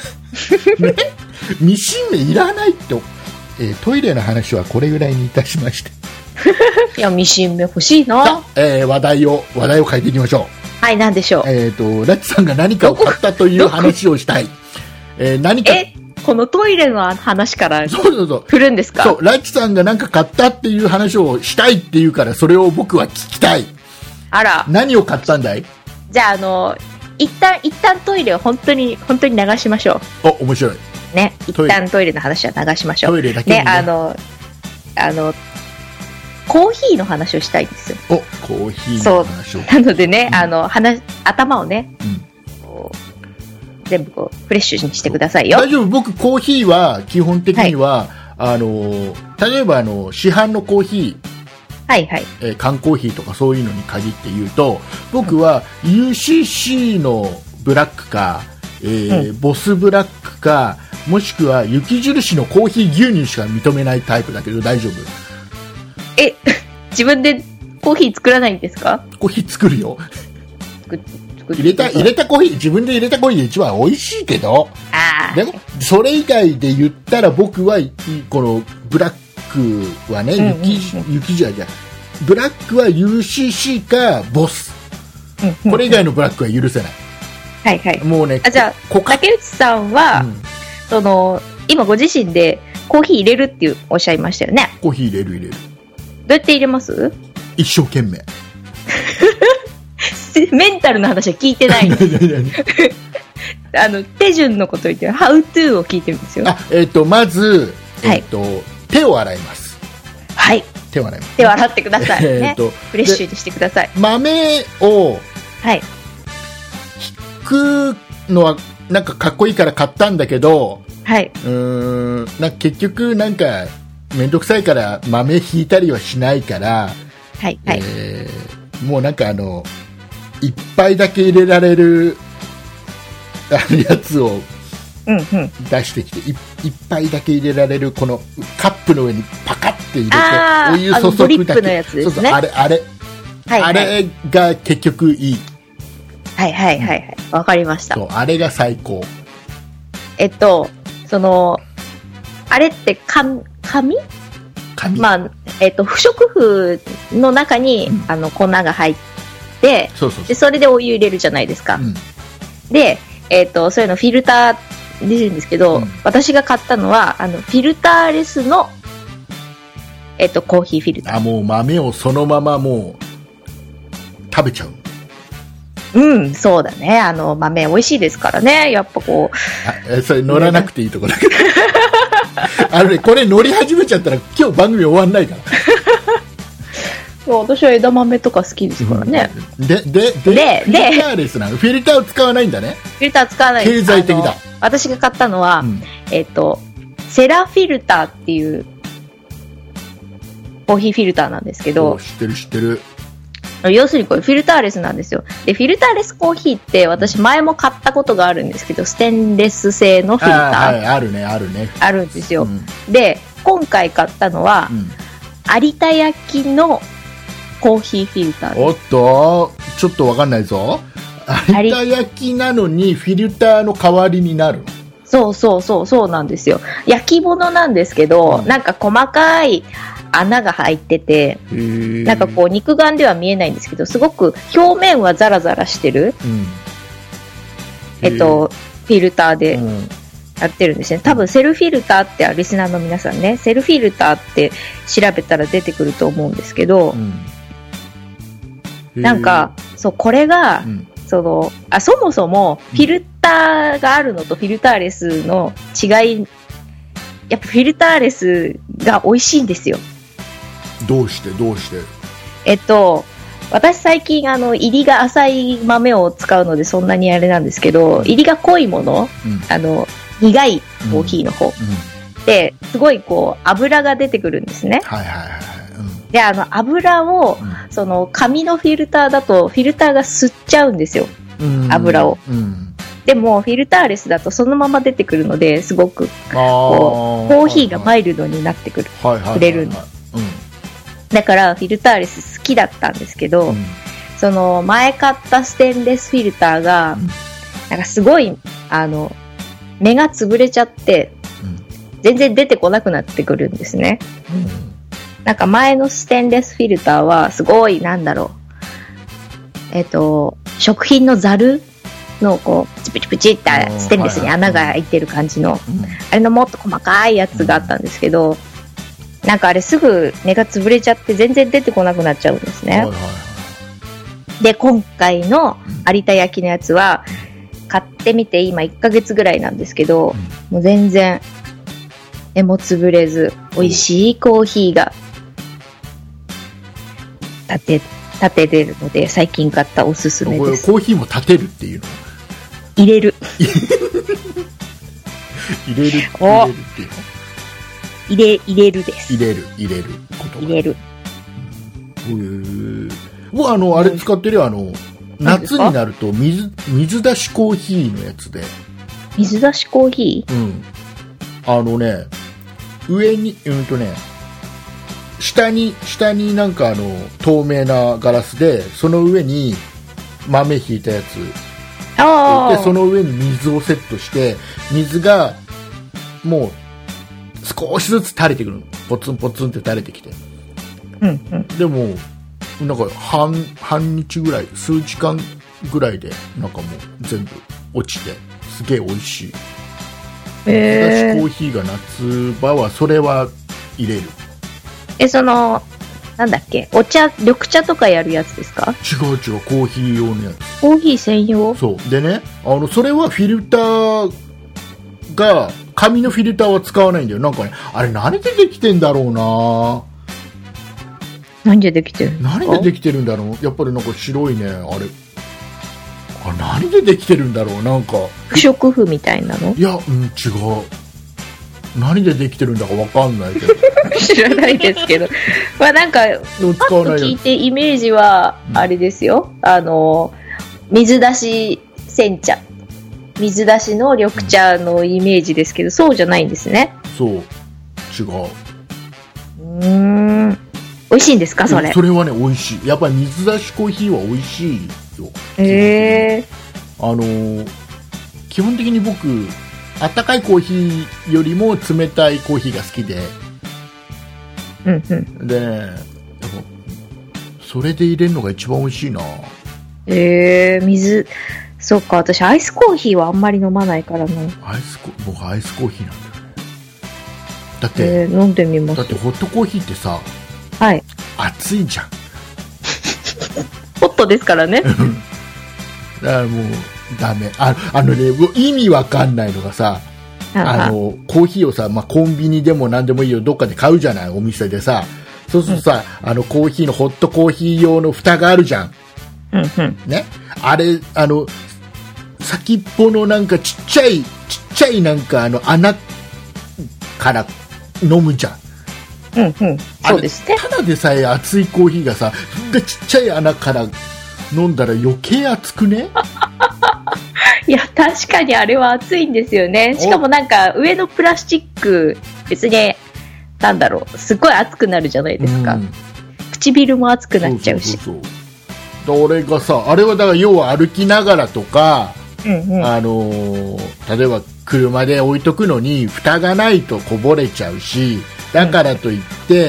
ミシン目いらないと、えー、トイレの話はこれぐらいにいたしまして。 いや、ミシン目欲しいな。 えー、話題を話題を変えていきましょう。はい、何でしょう。 えっ、ー、とラッチさんが何かを買ったという話をしたい。えー、何かこのトイレの話からそうそうそう振るんですか？ そう、ラチさんがなんか買ったっていう話をしたいっていうから、それを僕は聞きたい。 あら。 何を買ったんだい？ じゃあ、あの、一旦、一旦トイレを本当に、本当に流しましょう。お、面白い。 ね、一旦トイレの話は流しましょう。 トイレだけにね。 ね、あの、あの、コーヒーの話をしたいんですよ。 お、コーヒーの話を。 なのでね、うん、あの、話、頭をね、うん、こう全部こう、フレッシュにしてくださいよ。 大丈夫。僕、コーヒーは、基本的には、はい、あの、例えば、あの、市販のコーヒー、 はいはい。 えー、缶コーヒーとかそういうのに限って言うと、僕は ユーシーシー のブラックか、えーうん、ボスブラックか、もしくは雪印のコーヒー牛乳しか認めないタイプだけど大丈夫？ え、自分でコーヒー作らないんですか？ コーヒー作るよ。 作入れた、入れたコーヒー、自分で入れたコーヒーが一番美味しいけど、 あでも、それ以外で言ったら僕は、このブラックはね、雪、雪じゃじゃ、ブラックは ユーシーシー かボス。これ以外のブラックは許せない。 はいはい。 もうね、 あ、じゃあ、竹内さんは、うん、その、今ご自身でコーヒー入れるっていうおっしゃいましたよね。 コーヒー入れる入れる。 どうやって入れます？ 一生懸命。 メンタルの話は聞いてないあの手順のこと言ってハウトゥーを聞いてるんですよ。 あ、えっ、ー、とまず、えーとはい、手を洗います。 はい。 手を洗います。 手を洗ってください、ね。えーとフレッシュにしてください。 豆をはい引くのはなんかかっこいいから買ったんだけど、 はい。 うーん、なんか結局なんかめんどくさいから豆引いたりはしないから、 はいはい。 えー、もうなんかあの一杯だけ入れられるあのやつを出してきて、うんうん、一杯だけ入れられるこのカップの上にパカッて入れてお湯注ぐだけ、 ドリップのやつですね。 そうそう、あれあれ、はいはい、あれが結局いい。 はいはいはいはい、わかりました。 そう、あれが最高。 えっとそのあれって紙紙まあえっと不織布の中に、うん、あの粉が入ってで、そうそうそう、でそれでお湯入れるじゃないですか、うん、で、えーと、そういうのフィルター出てるんですけど、うん、私が買ったのはあのフィルターレスの、えーと、コーヒーフィルター。 あ、もう豆をそのままもう食べちゃう。 うん、そうだね。あの豆美味しいですからね。やっぱこう、あ、それ乗らなくていいとこだけどあのね、これ乗り始めちゃったら今日番組終わんないから私は枝豆とか好きですからね。 で、で、で、でフィルターレスなの？フィルターを使わないんだね。 フィルター使わないです。 経済的だ。 私が買ったのは、うん、えっと、セラフィルターっていうコーヒーフィルターなんですけど。 知ってる知ってる。 要するにこれフィルターレスなんですよ。で、フィルターレスコーヒーって私前も買ったことがあるんですけど、ステンレス製のフィルター。 あ、はい、あるね、あるね。 あるんですよ。うん、で、今回買ったのは、うん、有田焼のコーヒーフィルターです。 おっと、ちょっとわかんないぞ。有田焼なのにフィルターの代わりになるの？ そうそうそうそうなんですよ。焼き物なんですけど、うん、なんか細かい穴が入ってて、なんかこう肉眼では見えないんですけど、すごく表面はザラザラしてる、うん、えっとフィルターでやってるんですね。多分セルフィルターってリスナーの皆さんね、セルフィルターって調べたら出てくると思うんですけど。うん、なんかそうこれが、うん、そのあそもそもフィルターがあるのとフィルターレスの違い、やっぱフィルターレスが美味しいんですよ。 どうしてどうして？ えっと私最近あの入りが浅い豆を使うのでそんなにあれなんですけど、入りが濃いもの、うん、あの苦いコーヒーの方、うんうん、ですごいこう油が出てくるんですね。 はいはいはい。 で、あの油を、うん、その紙のフィルターだとフィルターが吸っちゃうんですよ、油を、うん、でもフィルターレスだとそのまま出てくるのですごくこうコーヒーがマイルドになってくる、くれるんです。だからフィルターレス好きだったんですけど、うん、その前買ったステンレスフィルターが、うん、なんかすごいあの目が潰れちゃって、うん、全然出てこなくなってくるんですね、うん、なんか前のステンレスフィルターはすごいなんだろう、えっと食品のザルのこうプチプチプチってステンレスに穴が開いてる感じの、うん、あれのもっと細かいやつがあったんですけど、うん、なんかあれすぐ根が潰れちゃって全然出てこなくなっちゃうんですね、はいはい、で今回の有田焼のやつは買ってみて今いっかげつぐらいなんですけど、うん、もう全然根も潰れず美味しいコーヒーが立て立てれるので最近買ったおすすめです。 コーヒーも立てるっていうの入れる入れる入れるっていうの入れ入れるです。 入れる入れること入れる。 へー。僕あのあれ使ってるよ、あの夏になると水水出しコーヒーのやつで。 水出しコーヒー？ うん。あのね上にうんとね下に下になんかあの透明なガラスでその上に豆ひいたやつでその上に水をセットして水がもう少しずつ垂れてくるの。ポツンポツンって垂れてきて、 うんうん、 でもなんか 半, 半日ぐらい数時間ぐらいでなんかもう全部落ちてすげえ美味しい。 えー、 水出しコーヒーが夏場はそれは入れる。 えそのなんだっけお茶緑茶とかやるやつですか？ 違う違うコーヒー用のやつ。 コーヒー専用？ そうでねあのそれはフィルターが紙のフィルターは使わないんだよ。なんかねあれ何でできてんだろうな。 何でできてるんですか？ 何でできてるんだろう。やっぱりなんか白いねあれあれ何でできてるんだろう。なんか不織布みたいなの？ いや、うん、違う。何でできてるんだか分かんないけど知らないですけどまあなんかパッと聞いてイメージはあれですよ、うん、あの水出し煎茶水出しの緑茶のイメージですけど、うん、そうじゃないんですね。 そう違う。 うーん美味しいんですかそれ？ それはね美味しい。やっぱり水出しコーヒーは美味しいよ。 へえ。 あのー、基本的に僕あったかいコーヒーよりも冷たいコーヒーが好きで、 うんうん、 でねそれで入れるのが一番美味しいな。 えー、水そうか。私アイスコーヒーはあんまり飲まないからな。 アイスコ僕アイスコーヒーなんだよね。だって、 えー、飲んでみます。 だってホットコーヒーってさ、 はい、 熱いじゃんホットですからねだからもうダメ。あ, あのね意味わかんないのがさ、あのコーヒーをさ、まあ、コンビニでも何でもいいよどっかで買うじゃないお店でさ。そうするとさ、うん、あのコーヒーのホットコーヒー用の蓋があるじゃん、 うんうんね、あれあの先っぽのなんかちっちゃいちっちゃいなんかあの穴から飲むじゃん。 うんうん、そうですね。 ただでさえ熱いコーヒーがさでちっちゃい穴から飲んだら余計熱くねいや確かにあれは熱いんですよね。しかもなんか上のプラスチック別になんだろうすごい熱くなるじゃないですか、うん、唇も熱くなっちゃうし。 そうそうそうそう。俺がさあれはだから要は歩きながらとか、 うんうん、 あのー、例えば車で置いとくのに蓋がないとこぼれちゃうしだからといって、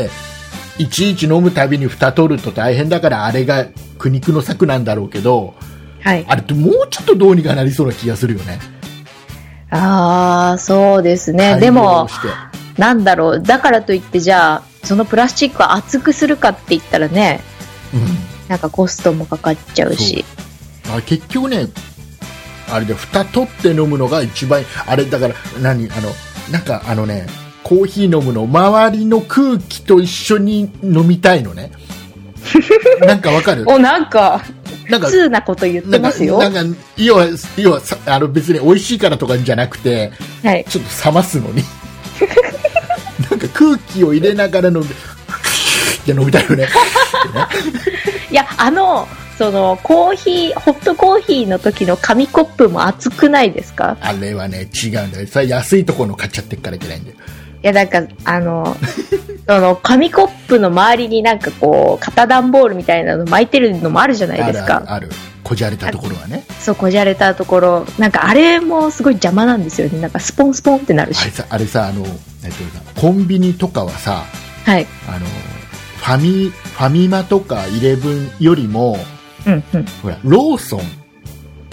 うん、いちいち飲むたびに蓋取ると大変だからあれが苦肉の策なんだろうけど、 はい、 あれってもうちょっとどうにかなりそうな気がするよね。 ああそうですね。でもなんだろうだからといってじゃあそのプラスチックを熱くするかって言ったらね、うん、なんかコストもかかっちゃうし。 あ結局ねあれで蓋取って飲むのが一番あれだから何あのなんかあのねコーヒー飲むの周りの空気と一緒に飲みたいのねなんかわかる？ おなんかなんか通なこと言ってますよ。 なんかなんか要は要はあの別に美味しいからとかじゃなくて、 はい、 ちょっと冷ますのになんか空気を入れながら飲んでって飲みたいよねいやあのそのコーヒーホットコーヒーの時の紙コップも熱くないですか？ あれはね違うんだよ。それ安いところの買っちゃってっからいけないんだよ。 いやなんかあのその紙コップの周りになんかこう型段ボールみたいなの巻いてるのもあるじゃないですか。 あるあるあるこじゃれたところはね。 そうこじゃれたところなんかあれもすごい邪魔なんですよね。なんかスポンスポンってなるし。 あれさあれさあの、えっと、コンビニとかはさ、 はい、 あのファミファミマとかイレブンよりも、 うんうん、 ほらローソン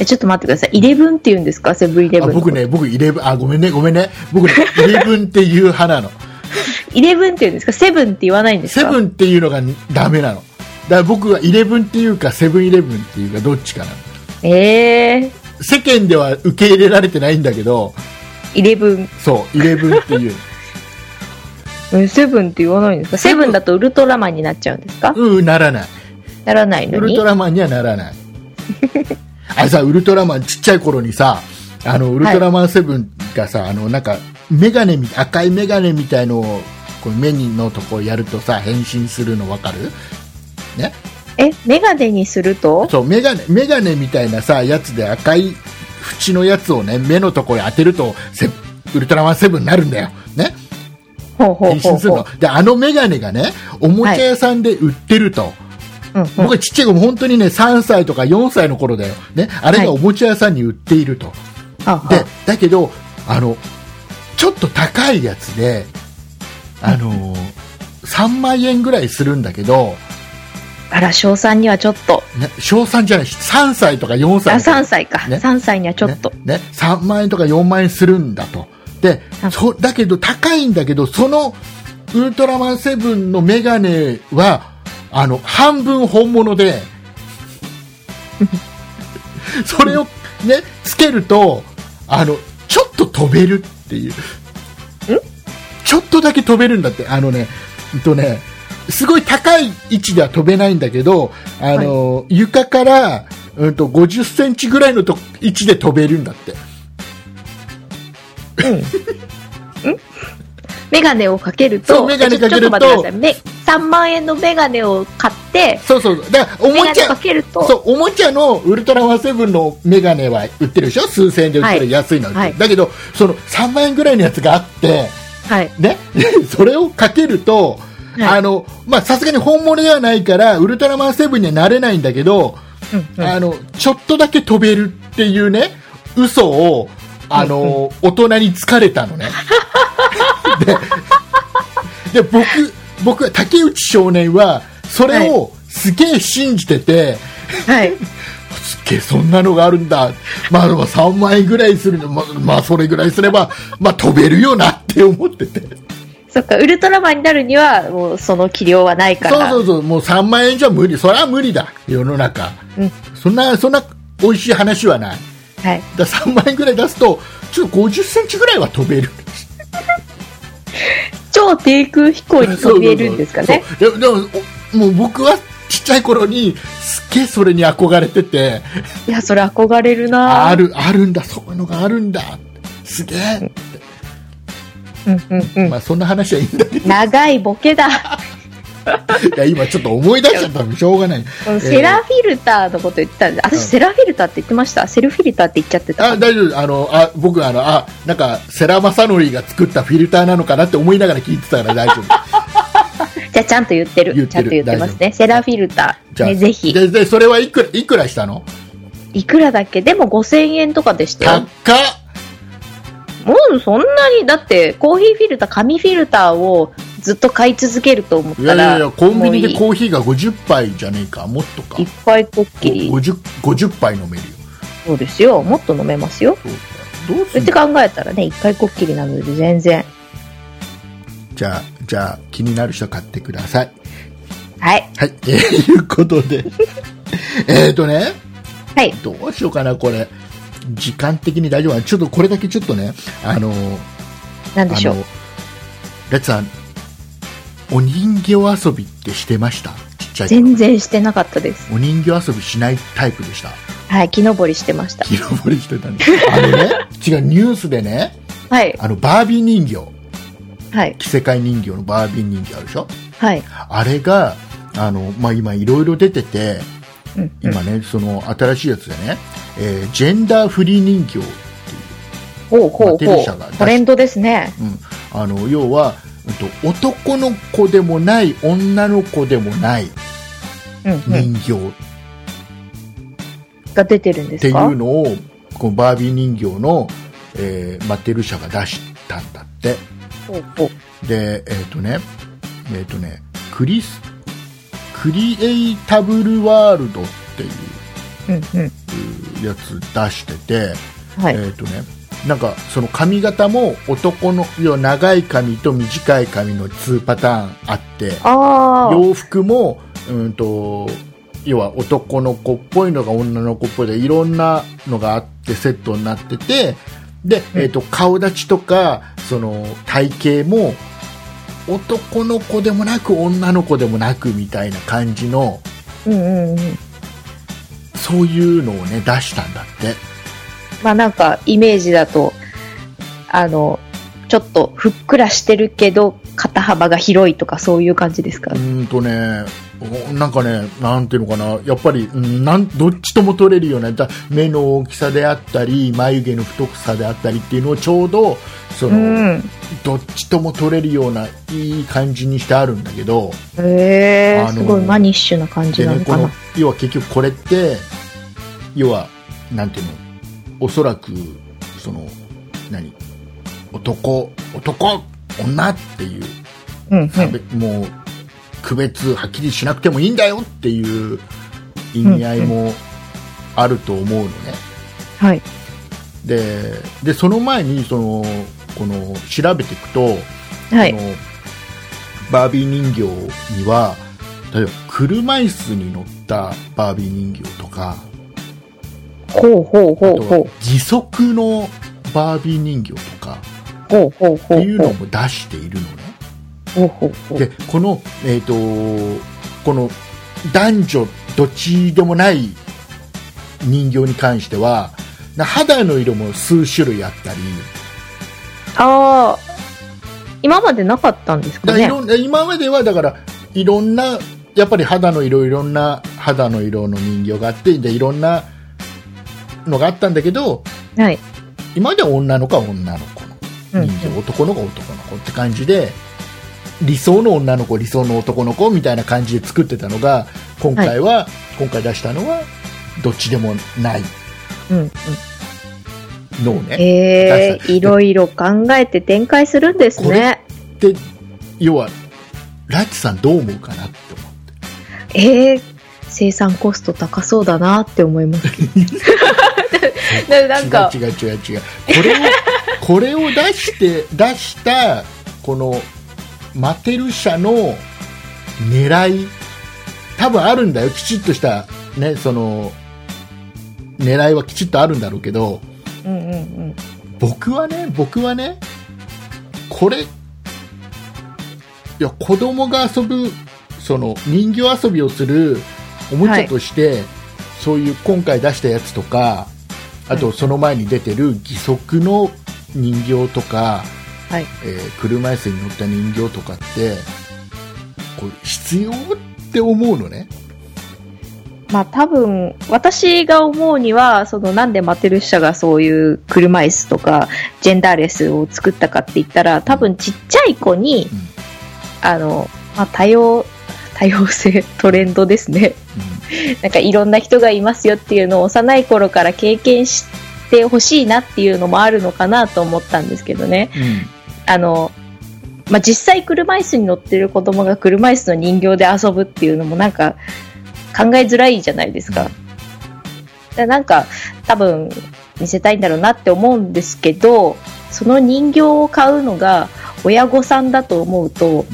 え、ちょっと待ってください。イレブンって言うんですか？セブンイレブン。 あ、僕ね、僕イレブン、あ、ごめんね、ごめんね。僕ね、イレブンっていう派なの。 イレブンって言うんですか？セブンって言わないんですか？ セブンっていうのがダメなの。だから僕はイレブンっていうか、セブンイレブンっていうか、どっちかなの。 えー。 世間では受け入れられてないんだけど、 イレブン。 そう、イレブンっていう。 え、セブンって言わないんですか？セブンだとウルトラマンになっちゃうんですか？ うん、ならない。 ならないのに。 ウルトラマンにはならない。あれさ、ウルトラマンちっちゃい頃にさ、あのウルトラマンセブンがさ、はい、あのなんかメガネみ赤いメガネみたいのをこう目のとこやるとさ変身するの分かる？ね。 え、メガネにすると？ そう、メガネメガネみたいなさやつで赤い縁のやつをね目のところに当てるとセウルトラマンセブンになるんだよね。 ほうほうほうほう。 変身するので、あのメガネがねおもちゃ屋さんで売ってると。はい、うんうん、僕はちっちゃい子も本当にねさんさいとかよんさいの頃だよ、ね、あれがおもちゃ屋さんに売っていると、はい、でだけどあのちょっと高いやつであの、うん、さんまんえんぐらいするんだけど、 あら小さんにはちょっと、 ね、小さんじゃないさんさいとかよんさいあさんさいか、ね、さんさいにはちょっと、 ねね、さんまんえんとかよんまんえんするんだとでそだけど高いんだけどそのウルトラマンセブンのメガネはあの半分本物でそれをねつけるとあのちょっと飛べるっていうちょっとだけ飛べるんだってあのね、えっとねすごい高い位置では飛べないんだけどあの、はい、床から、うん、とごじゅっセンチぐらいのと位置で飛べるんだって、 うん、んメガネをかけると、 メガネかけると、 さんまんえんのメガネを買って、 そうそう、だからおもちゃ、 かけると、 そう、おもちゃのウルトラマンセブンのメガネは売ってるでしょ、数千円で売ってる、はい、安いの売ってる、はい、だけど、そのさんまんえんぐらいのやつがあって、はい、ね、それをかけると、はい、あの、まあ、さすがに本物ではないから、ウルトラマンセブンにはなれないんだけど、うんうん、あの、ちょっとだけ飛べるっていうね、嘘を、あの、うんうん、大人に疲れたのね。でで僕僕竹内少年はそれをすげえ信じてて、はい、すっげえそんなのがあるんだ、まあ、さんまんえんぐらいするの、ま、まあそれぐらいすれば、まあ、飛べるよなって思ってて、 そっかウルトラマンになるにはもうその器量はないから、 そうそうそう、もうさんまんえんじゃ無理、それは無理だ世の中、うん、そんなそんな美味しい話はない、はい、ださんまんえんぐらい出すとちょっとごじゅっセンチぐらいは飛べる超低空飛行に飛べるんですかね。 そうそうそう、でも、でももう僕はちっちゃい頃にすっげえそれに憧れてて、 いやそれ憧れるな、 あるあるんだ、そういうのがあるんだ、すげえって、うんうんうん、まあそんな話はいいんだけど、 長いボケだ。 いや今ちょっと思い出しちゃったのしょうがない。 セラフィルターのこと言ってたんで、私、うん、セラフィルターって言ってました。セルフィルターって言っちゃってた。 あ、大丈夫、あのあ僕あのあなんか世良正則が作ったフィルターなのかなって思いながら聞いてたから大丈夫。 じゃあちゃんと言ってる、言ってる、ちゃんと言ってますね。セラフィルター、ね、ぜひ。 ででそれはいくらいくらしたの？ いくらだっけ？でもごせんえんとかでしたよ。 高っ。 もうそんなにだってコーヒーフィルター、紙フィルターをずっと買い続けると思ったら、いやいやいや、 コンビニでコーヒーがごじゅっぱいじゃねえか、もっとか、 いっぱいこっきり 50, 50杯飲めるよ。 そうですよ、もっと飲めますよ。そうどうすんの？って考えたらね、いっかいこっきりなので全然。 じゃあじゃあ気になる人買ってください。 はいはい、えー、いうことでえっとね、 はい、 どうしようかな、これ時間的に大丈夫かな。ちょっとこれだけちょっとね、あのなんでしょう、 レッツさん、お人形遊びってしてました？ちっちゃい頃。 全然してなかったです。 お人形遊びしないタイプでした？ はい、木登りしてました。 木登りしてたんです。あのね、違う、ニュースでね、 はい、 あのバービー人形、 はい、 着せ替え人形のバービー人形あるでしょ、 はい、あれがあの、まあ、今いろいろ出てて、うんうん、今ねその新しいやつでね、えー、ジェンダーフリー人形っていうほうほうほう、トレンドですね、 うん、あの要は男の子でもない女の子でもない人形、うんうん、 が出てるんですかっていうのをこのバービー人形の、えー、マテル社が出したんだって。 ほうほうでえっ、ー、とねえっ、ー、とねクリスクリエイタブルワールドっていう、 うんうん、 やつ出してて、 はい、 えーとね、なんかその髪型も男の要は長い髪と短い髪のにパターンあって、 あ洋服も、うんと要は男の子っぽいのが女の子っぽいでいろんなのがあってセットになってて、で、えーと、顔立ちとかその体型も男の子でもなく女の子でもなくみたいな感じの、 うんうんうん、 そういうのをね出したんだって。 まあなんかイメージだとあのちょっとふっくらしてるけど肩幅が広いとかそういう感じですか？ うんとねなんかね、なんていうのかな、やっぱりなんどっちとも取れるような目の大きさであったり眉毛の太さであったりっていうのをちょうどその、うん、どっちとも取れるようないい感じにしてあるんだけど、 へー、すごいマニッシュな感じなのかな。 でね、この要は結局これって要はなんていうの、おそらくその何男男女っていう、 うんうん、 もう区別はっきりしなくてもいいんだよっていう意味合いもあると思うのね、 うんうん、はい、 で, でその前にそのこの調べていくと、 はい、 このバービー人形には例えば車椅子に乗ったバービー人形とか、 ほうほうほうほう、 義足のバービー人形とかほうほうほうっていうのも出しているのね。 ほうほうほう、 でこの、えーと、この男女どっちでもない人形に関しては肌の色も数種類あったり、 ああ、今までなかったんですかね。 だから今まではだからいろんなやっぱり肌の色いろんな肌の色の人形があってでいろんなのがあったんだけど、 はい、 今までは女の子は女の子の人形、うんうん、男の子は男の子って感じで理想の女の子理想の男の子みたいな感じで作ってたのが今回は、はい、今回出したのはどっちでもないのをね、 うんうん、えー、いろいろ考えて展開するんですね。 これって要はラッチさんどう思うかなって思って。 えー、生産コスト高そうだなって思いますなんか違う違う違う違うこれをこれを出して出したこのマテル社の狙い多分あるんだよ。きちっとしたねその狙いはきちっとあるんだろうけど、 うんうんうん、 僕はね僕はねこれいや子供が遊ぶその人形遊びをするおもちゃとして、はい、そういう今回出したやつとかあとその前に出てる義足の人形とか、はい、えー、車椅子に乗った人形とかってこれ必要って思うのね。 まあ多分私が思うにはそのなんでマテル社がそういう車椅子とかジェンダーレスを作ったかって言ったら多分ちっちゃい子に、うん、あの、まあ、多様多様性トレンドですね、うん、なんかいろんな人がいますよっていうのを幼い頃から経験してほしいなっていうのもあるのかなと思ったんですけどね、うん、あのまあ、実際車椅子に乗ってる子供が車椅子の人形で遊ぶっていうのもなんか考えづらいじゃないですか。だなんか多分見せたいんだろうなって思うんですけどその人形を買うのが親御さんだと思うと、うん、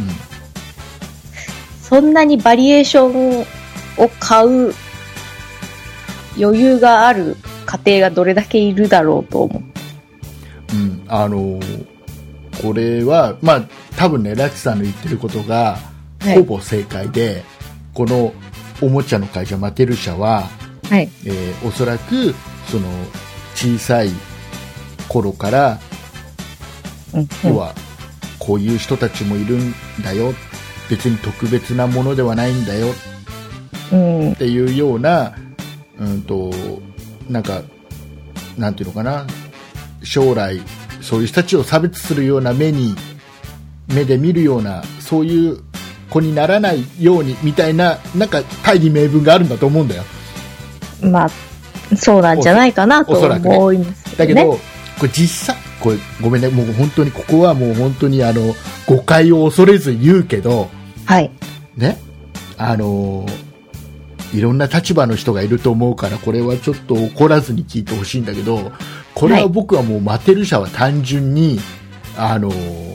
そんなにバリエーションを買う余裕がある家庭がどれだけいるだろうと思う。 うん、あのー、これはまあ多分ねラチさんの言ってることがほぼ正解で、はい、このおもちゃの会社マテル社は、 はい、 えー、おそらくその小さい頃から、うんうん、要はこういう人たちもいるんだよ別に特別なものではないんだよ、うん、っていうような、うんとなんかなんていうのかな将来そういう人たちを差別するような目に目で見るようなそういう子にならないようにみたいななんか大義名分があるんだと思うんだよ。 まあそうなんじゃないかなと思いますけどね。 だけどこれ実際これごめんねもう本当にここはもう本当にあの誤解を恐れず言うけど、 はいねあのいろんな立場の人がいると思うから、これはちょっと怒らずに聞いてほしいんだけど、これは僕はもうマテル社は単純に、はい、あの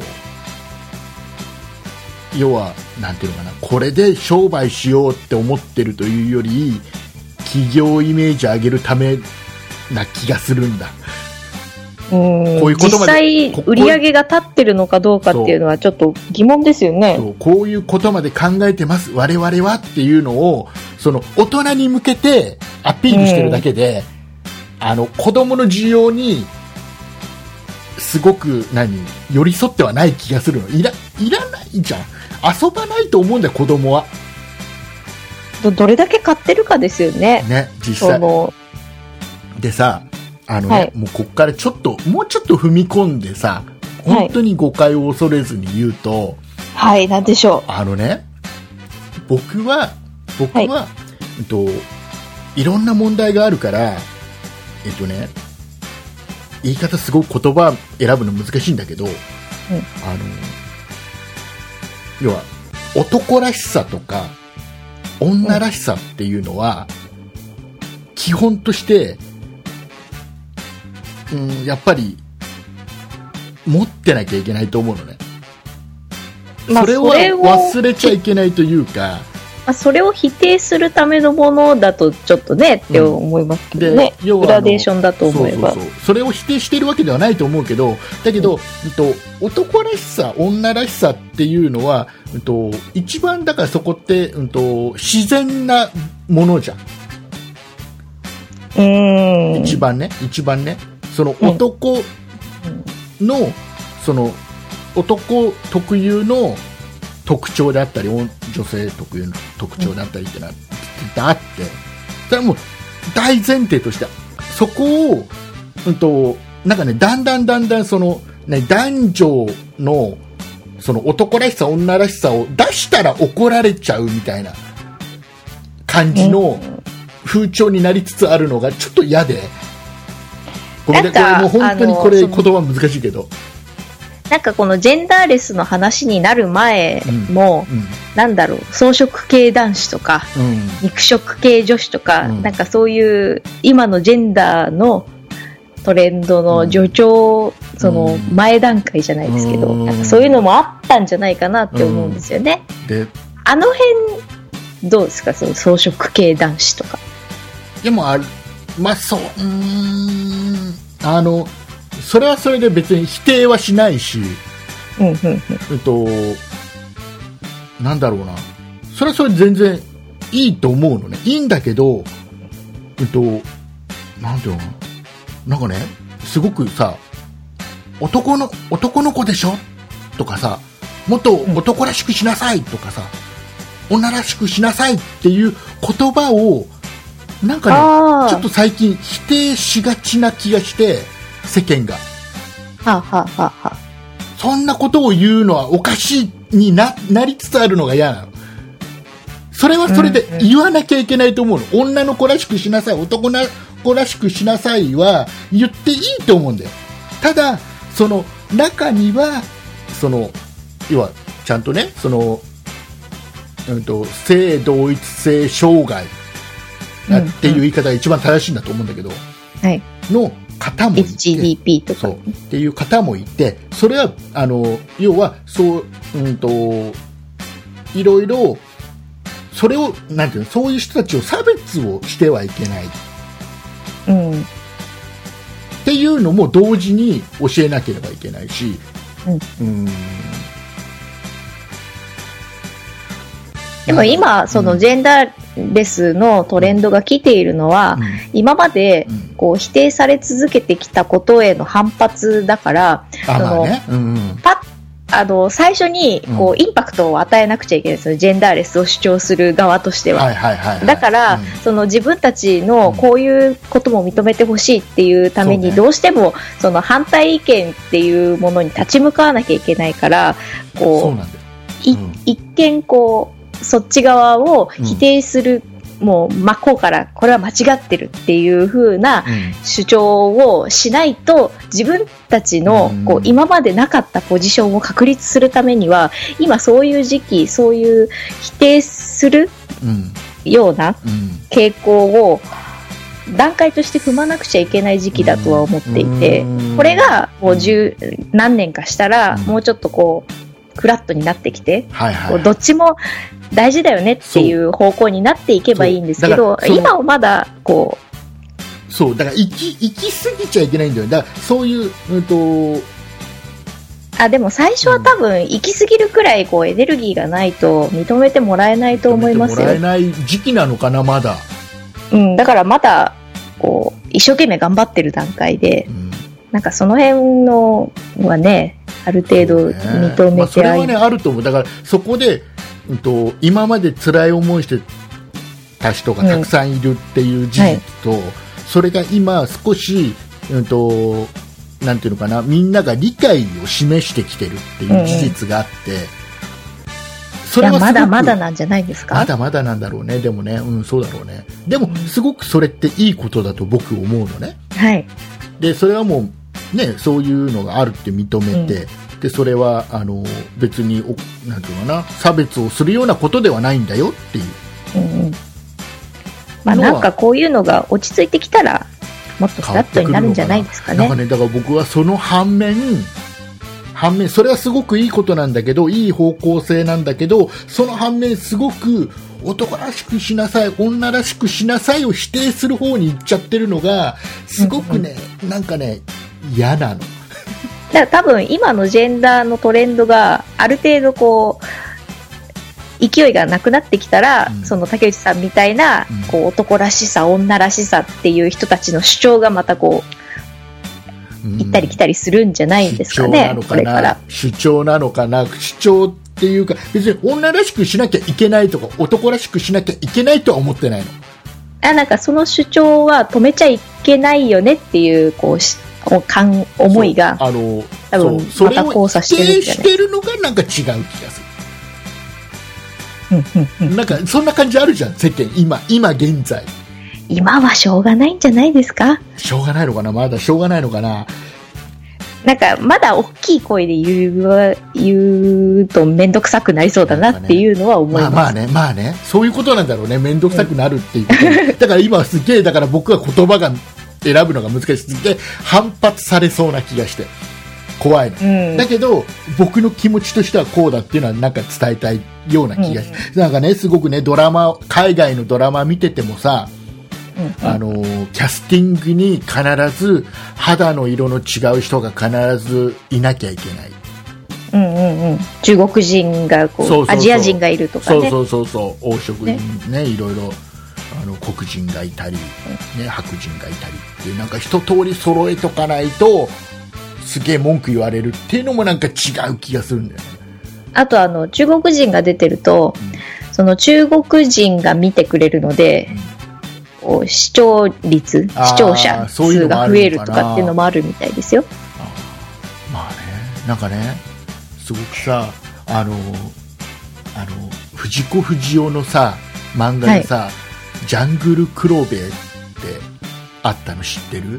要はなんていうのかな、これで商売しようって思ってるというより、企業イメージ上げるためな気がするんだ。 うん、こういうことまで実際売り上げが立ってるのかどうかっていうのはちょっと疑問ですよね。 そう、こういうことまで考えてます我々はっていうのを、その大人に向けてアピールしてるだけで、うん、あの子供の需要にすごく何寄り添ってはない気がするの。いら、いらないじゃん。遊ばないと思うんだよ子供は。 ど、どれだけ買ってるかですよね。 ね、実際でさ、あのね、はい、もうこっからちょっともうちょっと踏み込んでさ、本当に誤解を恐れずに言うと、 はい、なんでしょう。 あのね、僕は僕は、はい、えっといろんな問題があるから、えっとね、言い方すごく言葉選ぶの難しいんだけど、うん、あの要は男らしさとか女らしさっていうのは、うん、基本としてうん、やっぱり持ってなきゃいけないと思うのね、まあ、それを忘れちゃいけないというか、 まあ、それを否定するためのものだとちょっとねって思いますけどね、うん、グラデーションだと思えば、そうそうそう、 それを否定しているわけではないと思うけど、だけど、うんと、男らしさ女らしさっていうのは、うんと、一番だからそこって、うんと、自然なものじゃん。 うーん、 一番ね一番ねその男の、うん、その男特有の特徴であったり、女性特有の特徴であったりってのがあって、それはもう大前提としてそこを、うんと、なんかね、だんだんだんだんその、ね、男女のその男らしさ女らしさを出したら怒られちゃうみたいな感じの風潮になりつつあるのがちょっと嫌で、ごめんね、これもう本当にこれ言葉難しいけど、 なんかこのジェンダーレスの話になる前も、うんうん、なんだろう、草食系男子とか、うん、肉食系女子とか、うん、なんかそういう今のジェンダーのトレンドの助長、うん、その前段階じゃないですけど、うん、なんかそういうのもあったんじゃないかなって思うんですよね、うん、であの辺どうですか、その草食系男子とか。 でもある、まあそう、うーん、あのそれはそれで別に否定はしないし、 うんうんうん、 えっとなんだろうな、それはそれで全然いいと思うのね、いいんだけど、えっとなんていうのかな、なんかね、すごくさ、男の男の子でしょとかさ、もっと男らしくしなさいとかさ、うん、女らしくしなさいっていう言葉をなんかね、ちょっと最近否定しがちな気がして、世間が、 はあはあはあ、 そんなことを言うのはおかしいに な, なりつつあるのが嫌なの。それはそれで言わなきゃいけないと思うの、うんうん、女の子らしくしなさい、男の子らしくしなさいは言っていいと思うんだよ。ただその中にはその要はちゃんとね、その、うんと、性同一性障害っていう言い方が一番正しいんだと思うんだけど、 はい、 の方もいて、 エイチディーピー とかそうっていう方もいて、それはあの要はそう、うんと、いろいろそれをなんていうの、そういう人たちを差別をしてはいけない、 うん、 っていうのも同時に教えなければいけないし、うん、うん、 でも今そのジェンダーレスのトレンドが来ているのは、うん、今までこう否定され続けてきたことへの反発だから、 あ、その、ね、うんうん、 パッあの最初にこうインパクトを与えなくちゃいけないですよ、ジェンダーレスを主張する側としては。だから、うん、その自分たちのこういうことも認めてほしいっていうために、どうしてもその反対意見っていうものに立ち向かわなきゃいけないから、こう、 そうなんだよ、 うん、一見こうそっち側を否定する、うん、もう真っ向からこれは間違ってるっていう風な主張をしないと、自分たちのこう今までなかったポジションを確立するためには、今そういう時期、そういう否定するような傾向を段階として踏まなくちゃいけない時期だとは思っていて、これがもう十何年かしたらもうちょっとこうフラットになってきて、はいはいはい、どっちも大事だよねっていう方向になっていけばいいんですけど、今はまだこうそうだから行き行き過ぎちゃいけないんだよ。だからそういう、うんとあでも最初は多分行き過ぎるくらいこうエネルギーがないと認めてもらえないと思いますよ。 認めてもらえない時期なのかなまだ。 うん、だからまだこう一生懸命頑張ってる段階で、うん、なんかその辺のはねある程度認めてあげ、ねまあ、 それはねあると思う。だからそこで、うん、と今まで辛い思いしてた人がたくさんいるっていう事実と、うんはい、それが今少し、うんとなんていうのかな、みんなが理解を示してきてるっていう事実があって、うんうん、 それはまだまだなんじゃないですか。 まだまだなんだろうね。でもね、うん、そうだろうね。でもすごくそれっていいことだと僕思うのね。 はい。 でそれはもうね、そういうのがあるって認めて、うん、でそれはあの別におなんていうのかな、差別をするようなことではないんだよっていう。うんうん、 まあなんかこういうのが落ち着いてきたら。もっとフラットになるんじゃないですかね。 なんかね、だから僕はその反面、反面それはすごくいいことなんだけど、いい方向性なんだけど、その反面すごく男らしくしなさい、女らしくしなさいを否定する方に行っちゃってるのがすごくね、うんうん、なんかね嫌なの。だから多分今のジェンダーのトレンドがある程度こう勢いがなくなってきたら、うん、その竹内さんみたいな、うん、こう男らしさ女らしさっていう人たちの主張がまたこう、うん、行ったり来たりするんじゃないんですかね。これから主張なのかな、主張っていうか別に女らしくしなきゃいけないとか男らしくしなきゃいけないとは思ってないの。 あ、なんかその主張は止めちゃいけないよねっていうこうし思いがあの多分また交差してるんじゃない。 それを否定してるのがなんか違う気がする。なんかそんな感じあるじゃん世間今今現在。 今はしょうがないんじゃないですか。 しょうがないのかな、まだしょうがないのかな。 なんかまだ大きい声で言う言うと面倒くさくなりそうだなっていうのは思います。 まあまあねまあねそういうことなんだろうね。面倒くさくなるっていうこと、うん、だから今すげえだから僕は言葉が選ぶのが難しいすぎて反発されそうな気がして怖いの、うん、だけど僕の気持ちとしてはこうだっていうのはなんか伝えたいような気がして、うん、なんかねすごくねドラマ海外のドラマ見ててもさ、うん、あのキャスティングに必ず肌の色の違う人が必ずいなきゃいけない。 うんうんうん、中国人がこう、そうそうそうアジア人がいるとかね。 そうそうそうそう黄色人 ね, ねいろいろあの黒人がいたり、ね、白人がいたりっていうなんか一通り揃えとかないとすげえ文句言われるっていうのもなんか違う気がするんだよね。 あとあの中国人が出てると、うん、その中国人が見てくれるので、うん、視聴率視聴者数が増えるとかっていうのもあるみたいですよ。 あまあねなんかねすごくさあのあの藤子不二雄のさ漫画でさ、はい、ジャングルクロベってあったの知ってる？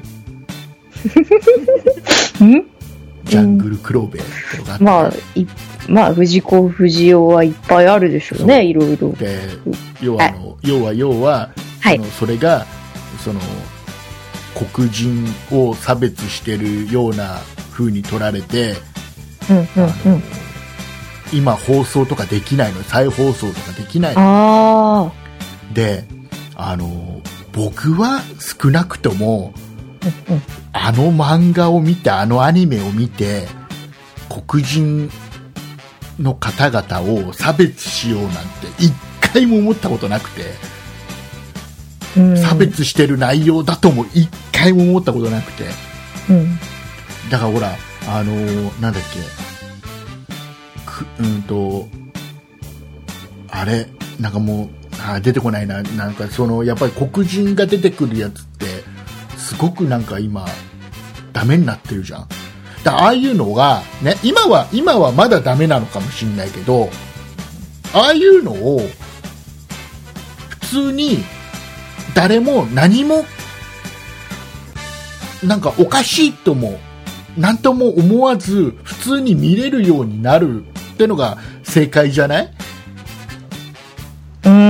んジャングルクローベルとか、 まあいまあ藤子不二雄はいっぱいあるでしょうね。いろいろで要はあの要は要は、はい、そのそれがその黒人を差別してるような風に取られて、うんうんうん、今放送とかできないの再放送とかできないの。あであの僕は少なくともうんうん、あの漫画を見てあのアニメを見て黒人の方々を差別しようなんて一回も思ったことなくて、うん、差別してる内容だとも一回も思ったことなくて、うん、だからほらあのー、なんだっけくうんとあれなんかもうあ出てこないななんかそのやっぱり黒人が出てくるやつってすごくなんか今ダメになってるじゃん。だああいうのがね今は今はまだダメなのかもしれないけどああいうのを普通に誰も何もなんかおかしいとも何とも思わず普通に見れるようになるってのが正解じゃない？ うーん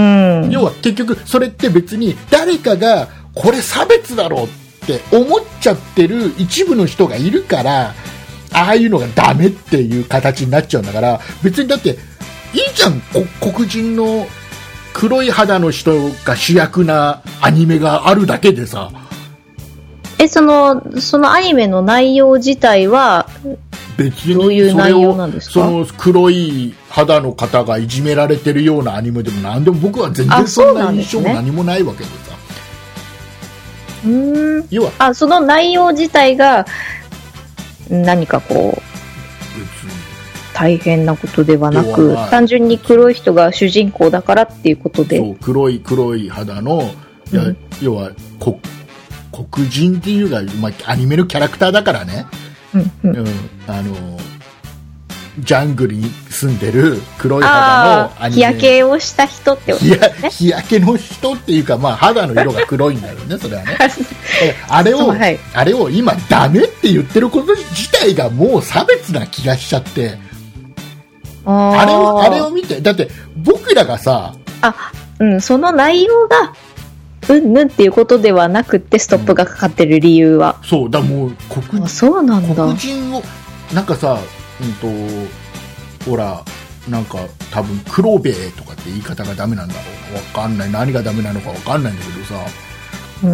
ん、 要は結局それって別に誰かがこれ差別だろうって思っちゃってる一部の人がいるから、ああいうのがダメっていう形になっちゃうんだから、別にだっていいじゃん、黒人の黒い肌の人が主役なアニメがあるだけでさ。 え、そのそのアニメの内容自体は別にどういう内容なんですか？ その黒い肌の方がいじめられてるようなアニメでもなんでも僕は全然そんな印象も何もないわけでさ。 うーん、要はあ、その内容自体が何かこう大変なことではなく、単純に黒い人が主人公だからっていうことで。 そう黒い黒い肌の、うん、要はこ黒人っていうか、まあ、アニメのキャラクターだからね、 うんうんうん、あのジャングルに住んでる黒い肌のアニメ、 日焼けをした人ってことですね。 日焼けの人っていうか、まあ、肌の色が黒いんだよねそれはねあれを、はい、あれを今ダメって言ってること自体がもう差別な気がしちゃって、ああれをあれを見て、だって僕らがさ、 あ、うん、その内容がうんぬんっていうことではなくてストップがかかってる理由は、 うん、そうだ、もう黒、 そうなんだ、 黒人をなんかさ、うんとほらなんか多分黒べとかって言い方がダメなんだろう、わかんない、何がダメなのかわかんないんだけどさ、 うん、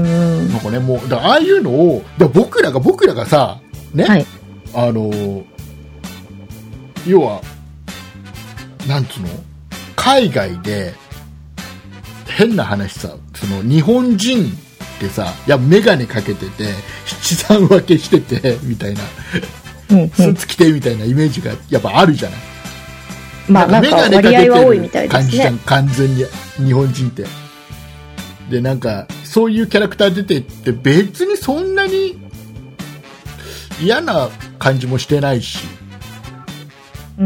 なんかね、もうだああいうのをだ僕らが僕らがさね、はい、あの要はなんつうの、海外で変な話さ、その日本人ってさ、いや眼鏡かけてて七三分けしててみたいな、うんうん、スーツ着てみたいなイメージがやっぱあるじゃない。 まあなんか割合は多いみたいですね。 感じじゃん、完全に日本人ってで、なんかそういうキャラクター出てって別にそんなに嫌な感じもしてないし、 うん、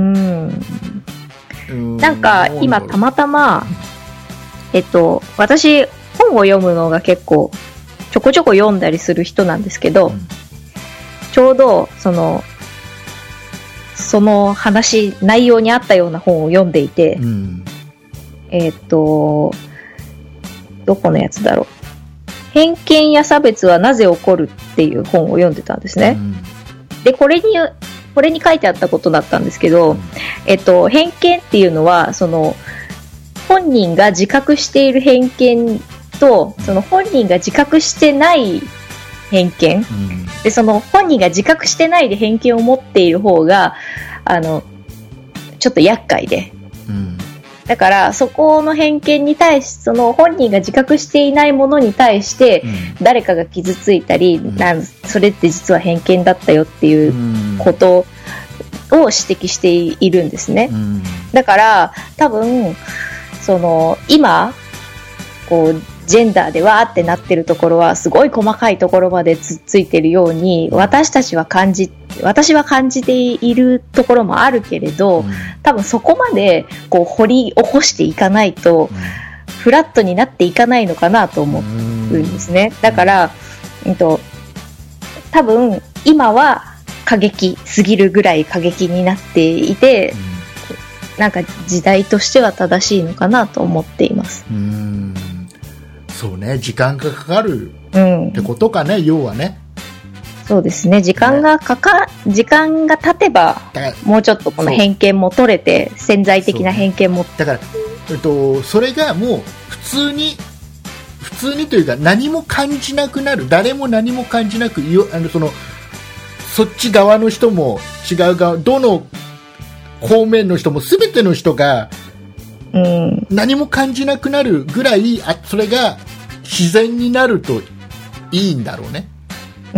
なんか今たまたまえっと私本を読むのが結構ちょこちょこ読んだりする人なんですけど、うん、ちょうどそのその話内容に合ったような本を読んでいて、うん、えっとどこのやつだろう、偏見や差別はなぜ起こるっていう本を読んでたんですね、うん、でこれにこれに書いてあったことだったんですけど、うん、えっと偏見っていうのはその本人が自覚している偏見とその本人が自覚してない偏見、うん、でその本人が自覚してないで偏見を持っている方があのちょっと厄介で、うん、だからそこの偏見に対しその本人が自覚していないものに対して誰かが傷ついたり、うん、なんそれって実は偏見だったよっていうことを指摘しているんですね、うん、だから多分その今こうジェンダーでわーってなってるところはすごい細かいところまでつっついてるように私たちは感じ私は感じているところもあるけれど、うん、多分そこまでこう掘り起こしていかないと、うん、フラットになっていかないのかなと思うんですね。だから、うん、と多分今は過激すぎるぐらい過激になっていて、うん、なんか時代としては正しいのかなと思っています。 うーん、そうね、時間がかかるってことかね、うん、要はね。 そうですね、時間がかか、ね、時間が経てばもうちょっとこの偏見も取れて潜在的な偏見もだから、えっと、それがもう普通に普通にというか何も感じなくなる、誰も何も感じなく、あのそのそっち側の人も違う側、どの方面の人も全ての人が何も感じなくなるぐらい、あ、それが自然になるといいんだろうね。 うん、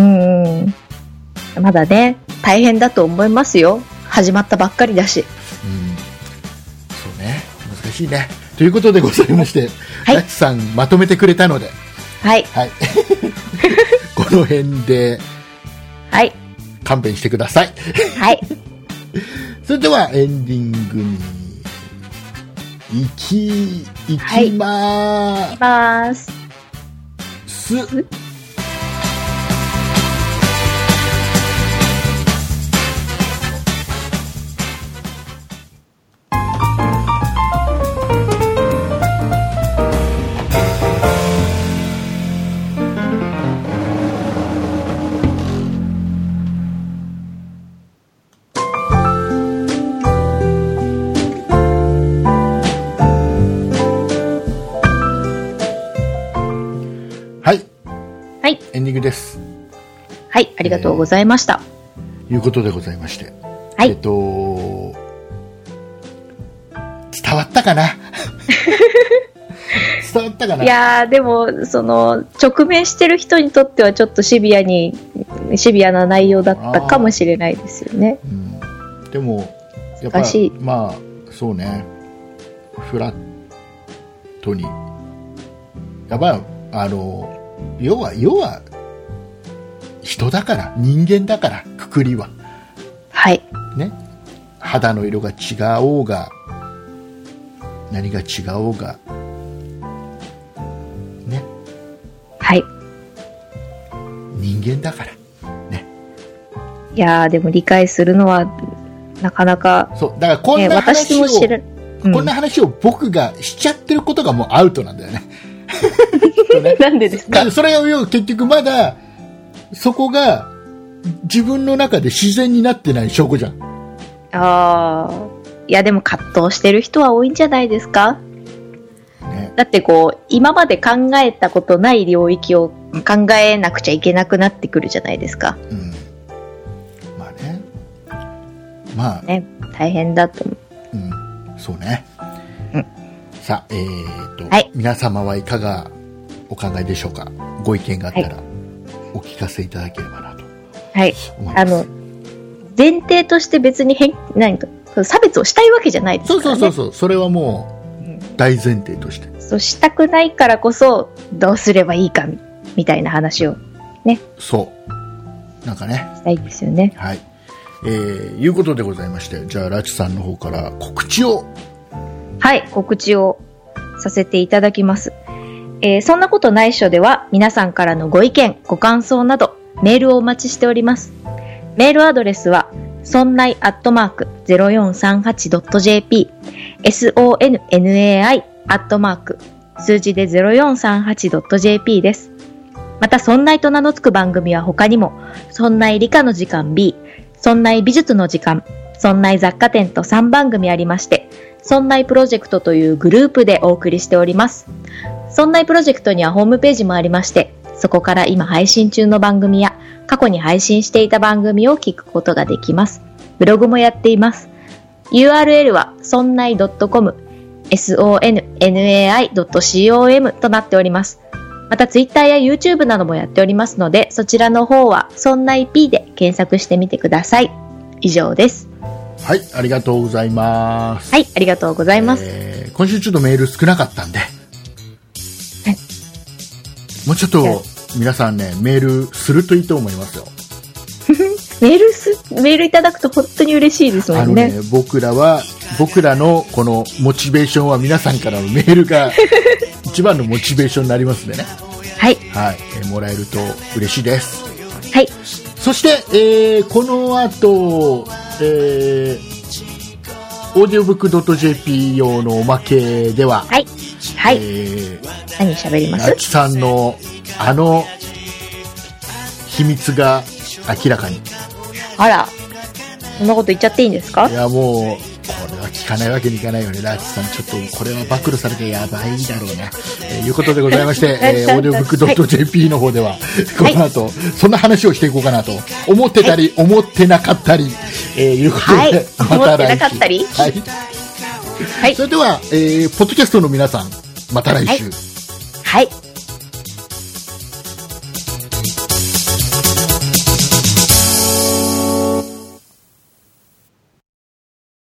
まだね大変だと思いますよ、始まったばっかりだし、うん、 そうね、難しいねということでございまして、はい、ラチさんまとめてくれたので、 はい、 はい、この辺で、 はい、 勘弁してください。 はい。 それではエンディングに行き行きまーす。 行きます。 す。 ンディングです。 はい、ありがとうございました。 えー、いうことでございまして、 はい、 えっと伝わったかな伝わったかな。 いやーでもその直面してる人にとってはちょっとシビアにシビアな内容だったかもしれないですよね。 うん、でもやっぱりまあそうね、フラットにやっぱりあの要は要は人だから人間だからくくりははいね、肌の色が違おうが何が違おうがね、 はい人間だからね。 いやーでも理解するのはなかなかそうだからこんな話を、 ね、私も知る、 うん、こんな話を僕がしちゃってることがもうアウトなんだよね。 ねなんでですか。 それを結局まだそこが自分の中で自然になってない証拠じゃん。 ああ、いやでも葛藤してる人は多いんじゃないですか、ね、だってこう今まで考えたことない領域を考えなくちゃいけなくなってくるじゃないですか、 うん、まあねまあね大変だと思う、 うん、そうね、うん、さあ、えーと、はい、皆様はいかがお考えでしょうか。ご意見があったらお聞かせいただければなとはい、あの前提として別に変何か差別をしたいわけじゃないですからね。 そうそうそうそう、それはもう大前提として、うん、 そうしたくないからこそどうすればいいか み, みたいな話をね、 そうなんかねしたいですよね。 はい、えー、いうことでございまして、じゃあラチさんの方から告知を。 はい告知をさせていただきます。えー、そんなことないっしょでは皆さんからのご意見ご感想などメールをお待ちしております。メールアドレスはそんないアットマーク ゼロよんさんはちドットジェーピー ソンナイ アットマーク数字で ゼロよんさんはちドットジェーピー です。またそんないと名の付く番組は他にもそんない理科の時間 B、そんない美術の時間、そんない雑貨店とさんばんぐみありまして、そんないプロジェクトというグループでお送りしております。そんないプロジェクトにはホームページもありまして、そこから今配信中の番組や過去に配信していた番組を聞くことができます。ブログもやっています。ユーアールエル はそんない .com、ソンナイ ドットコム となっております。また Twitter や YouTube などもやっておりますので、そちらの方はそんない P で検索してみてください。以上です。 はい、ありがとうございます。 はい、ありがとうございます。 えー、今週ちょっとメール少なかったんで、はい、もうちょっと皆さんねメールするといいと思いますよ。 メールすメールいただくと本当に嬉しいですもんね。 あのね、僕らは僕らのこのモチベーションは皆さんからのメールが一番のモチベーションになりますんでね。 はい、 はい、えー、もらえると嬉しいです。 はい。 そして、えー、この後、えー、オーディオブックドットジェーピー 用のおまけでは、 はいはい、 えー、 何喋ります？ あちさんのあの秘密が明らかに。 あら、そんなこと言っちゃっていいんですか？ いやもうこれは聞かないわけにいかないよね。ラーチさんちょっとこれは暴露されてやばいだろうね、えー、いうことでございまして、えー、オーディオブックドットジェーピー の方では、はい、この後、はい、そんな話をしていこうかなと思ってたり、はい、思ってなかったり、えー、いうことで、はい、 また来週思ってなかったり、 はいはい、それでは、えー、ポッドキャストの皆さんまた来週。 はい、はい。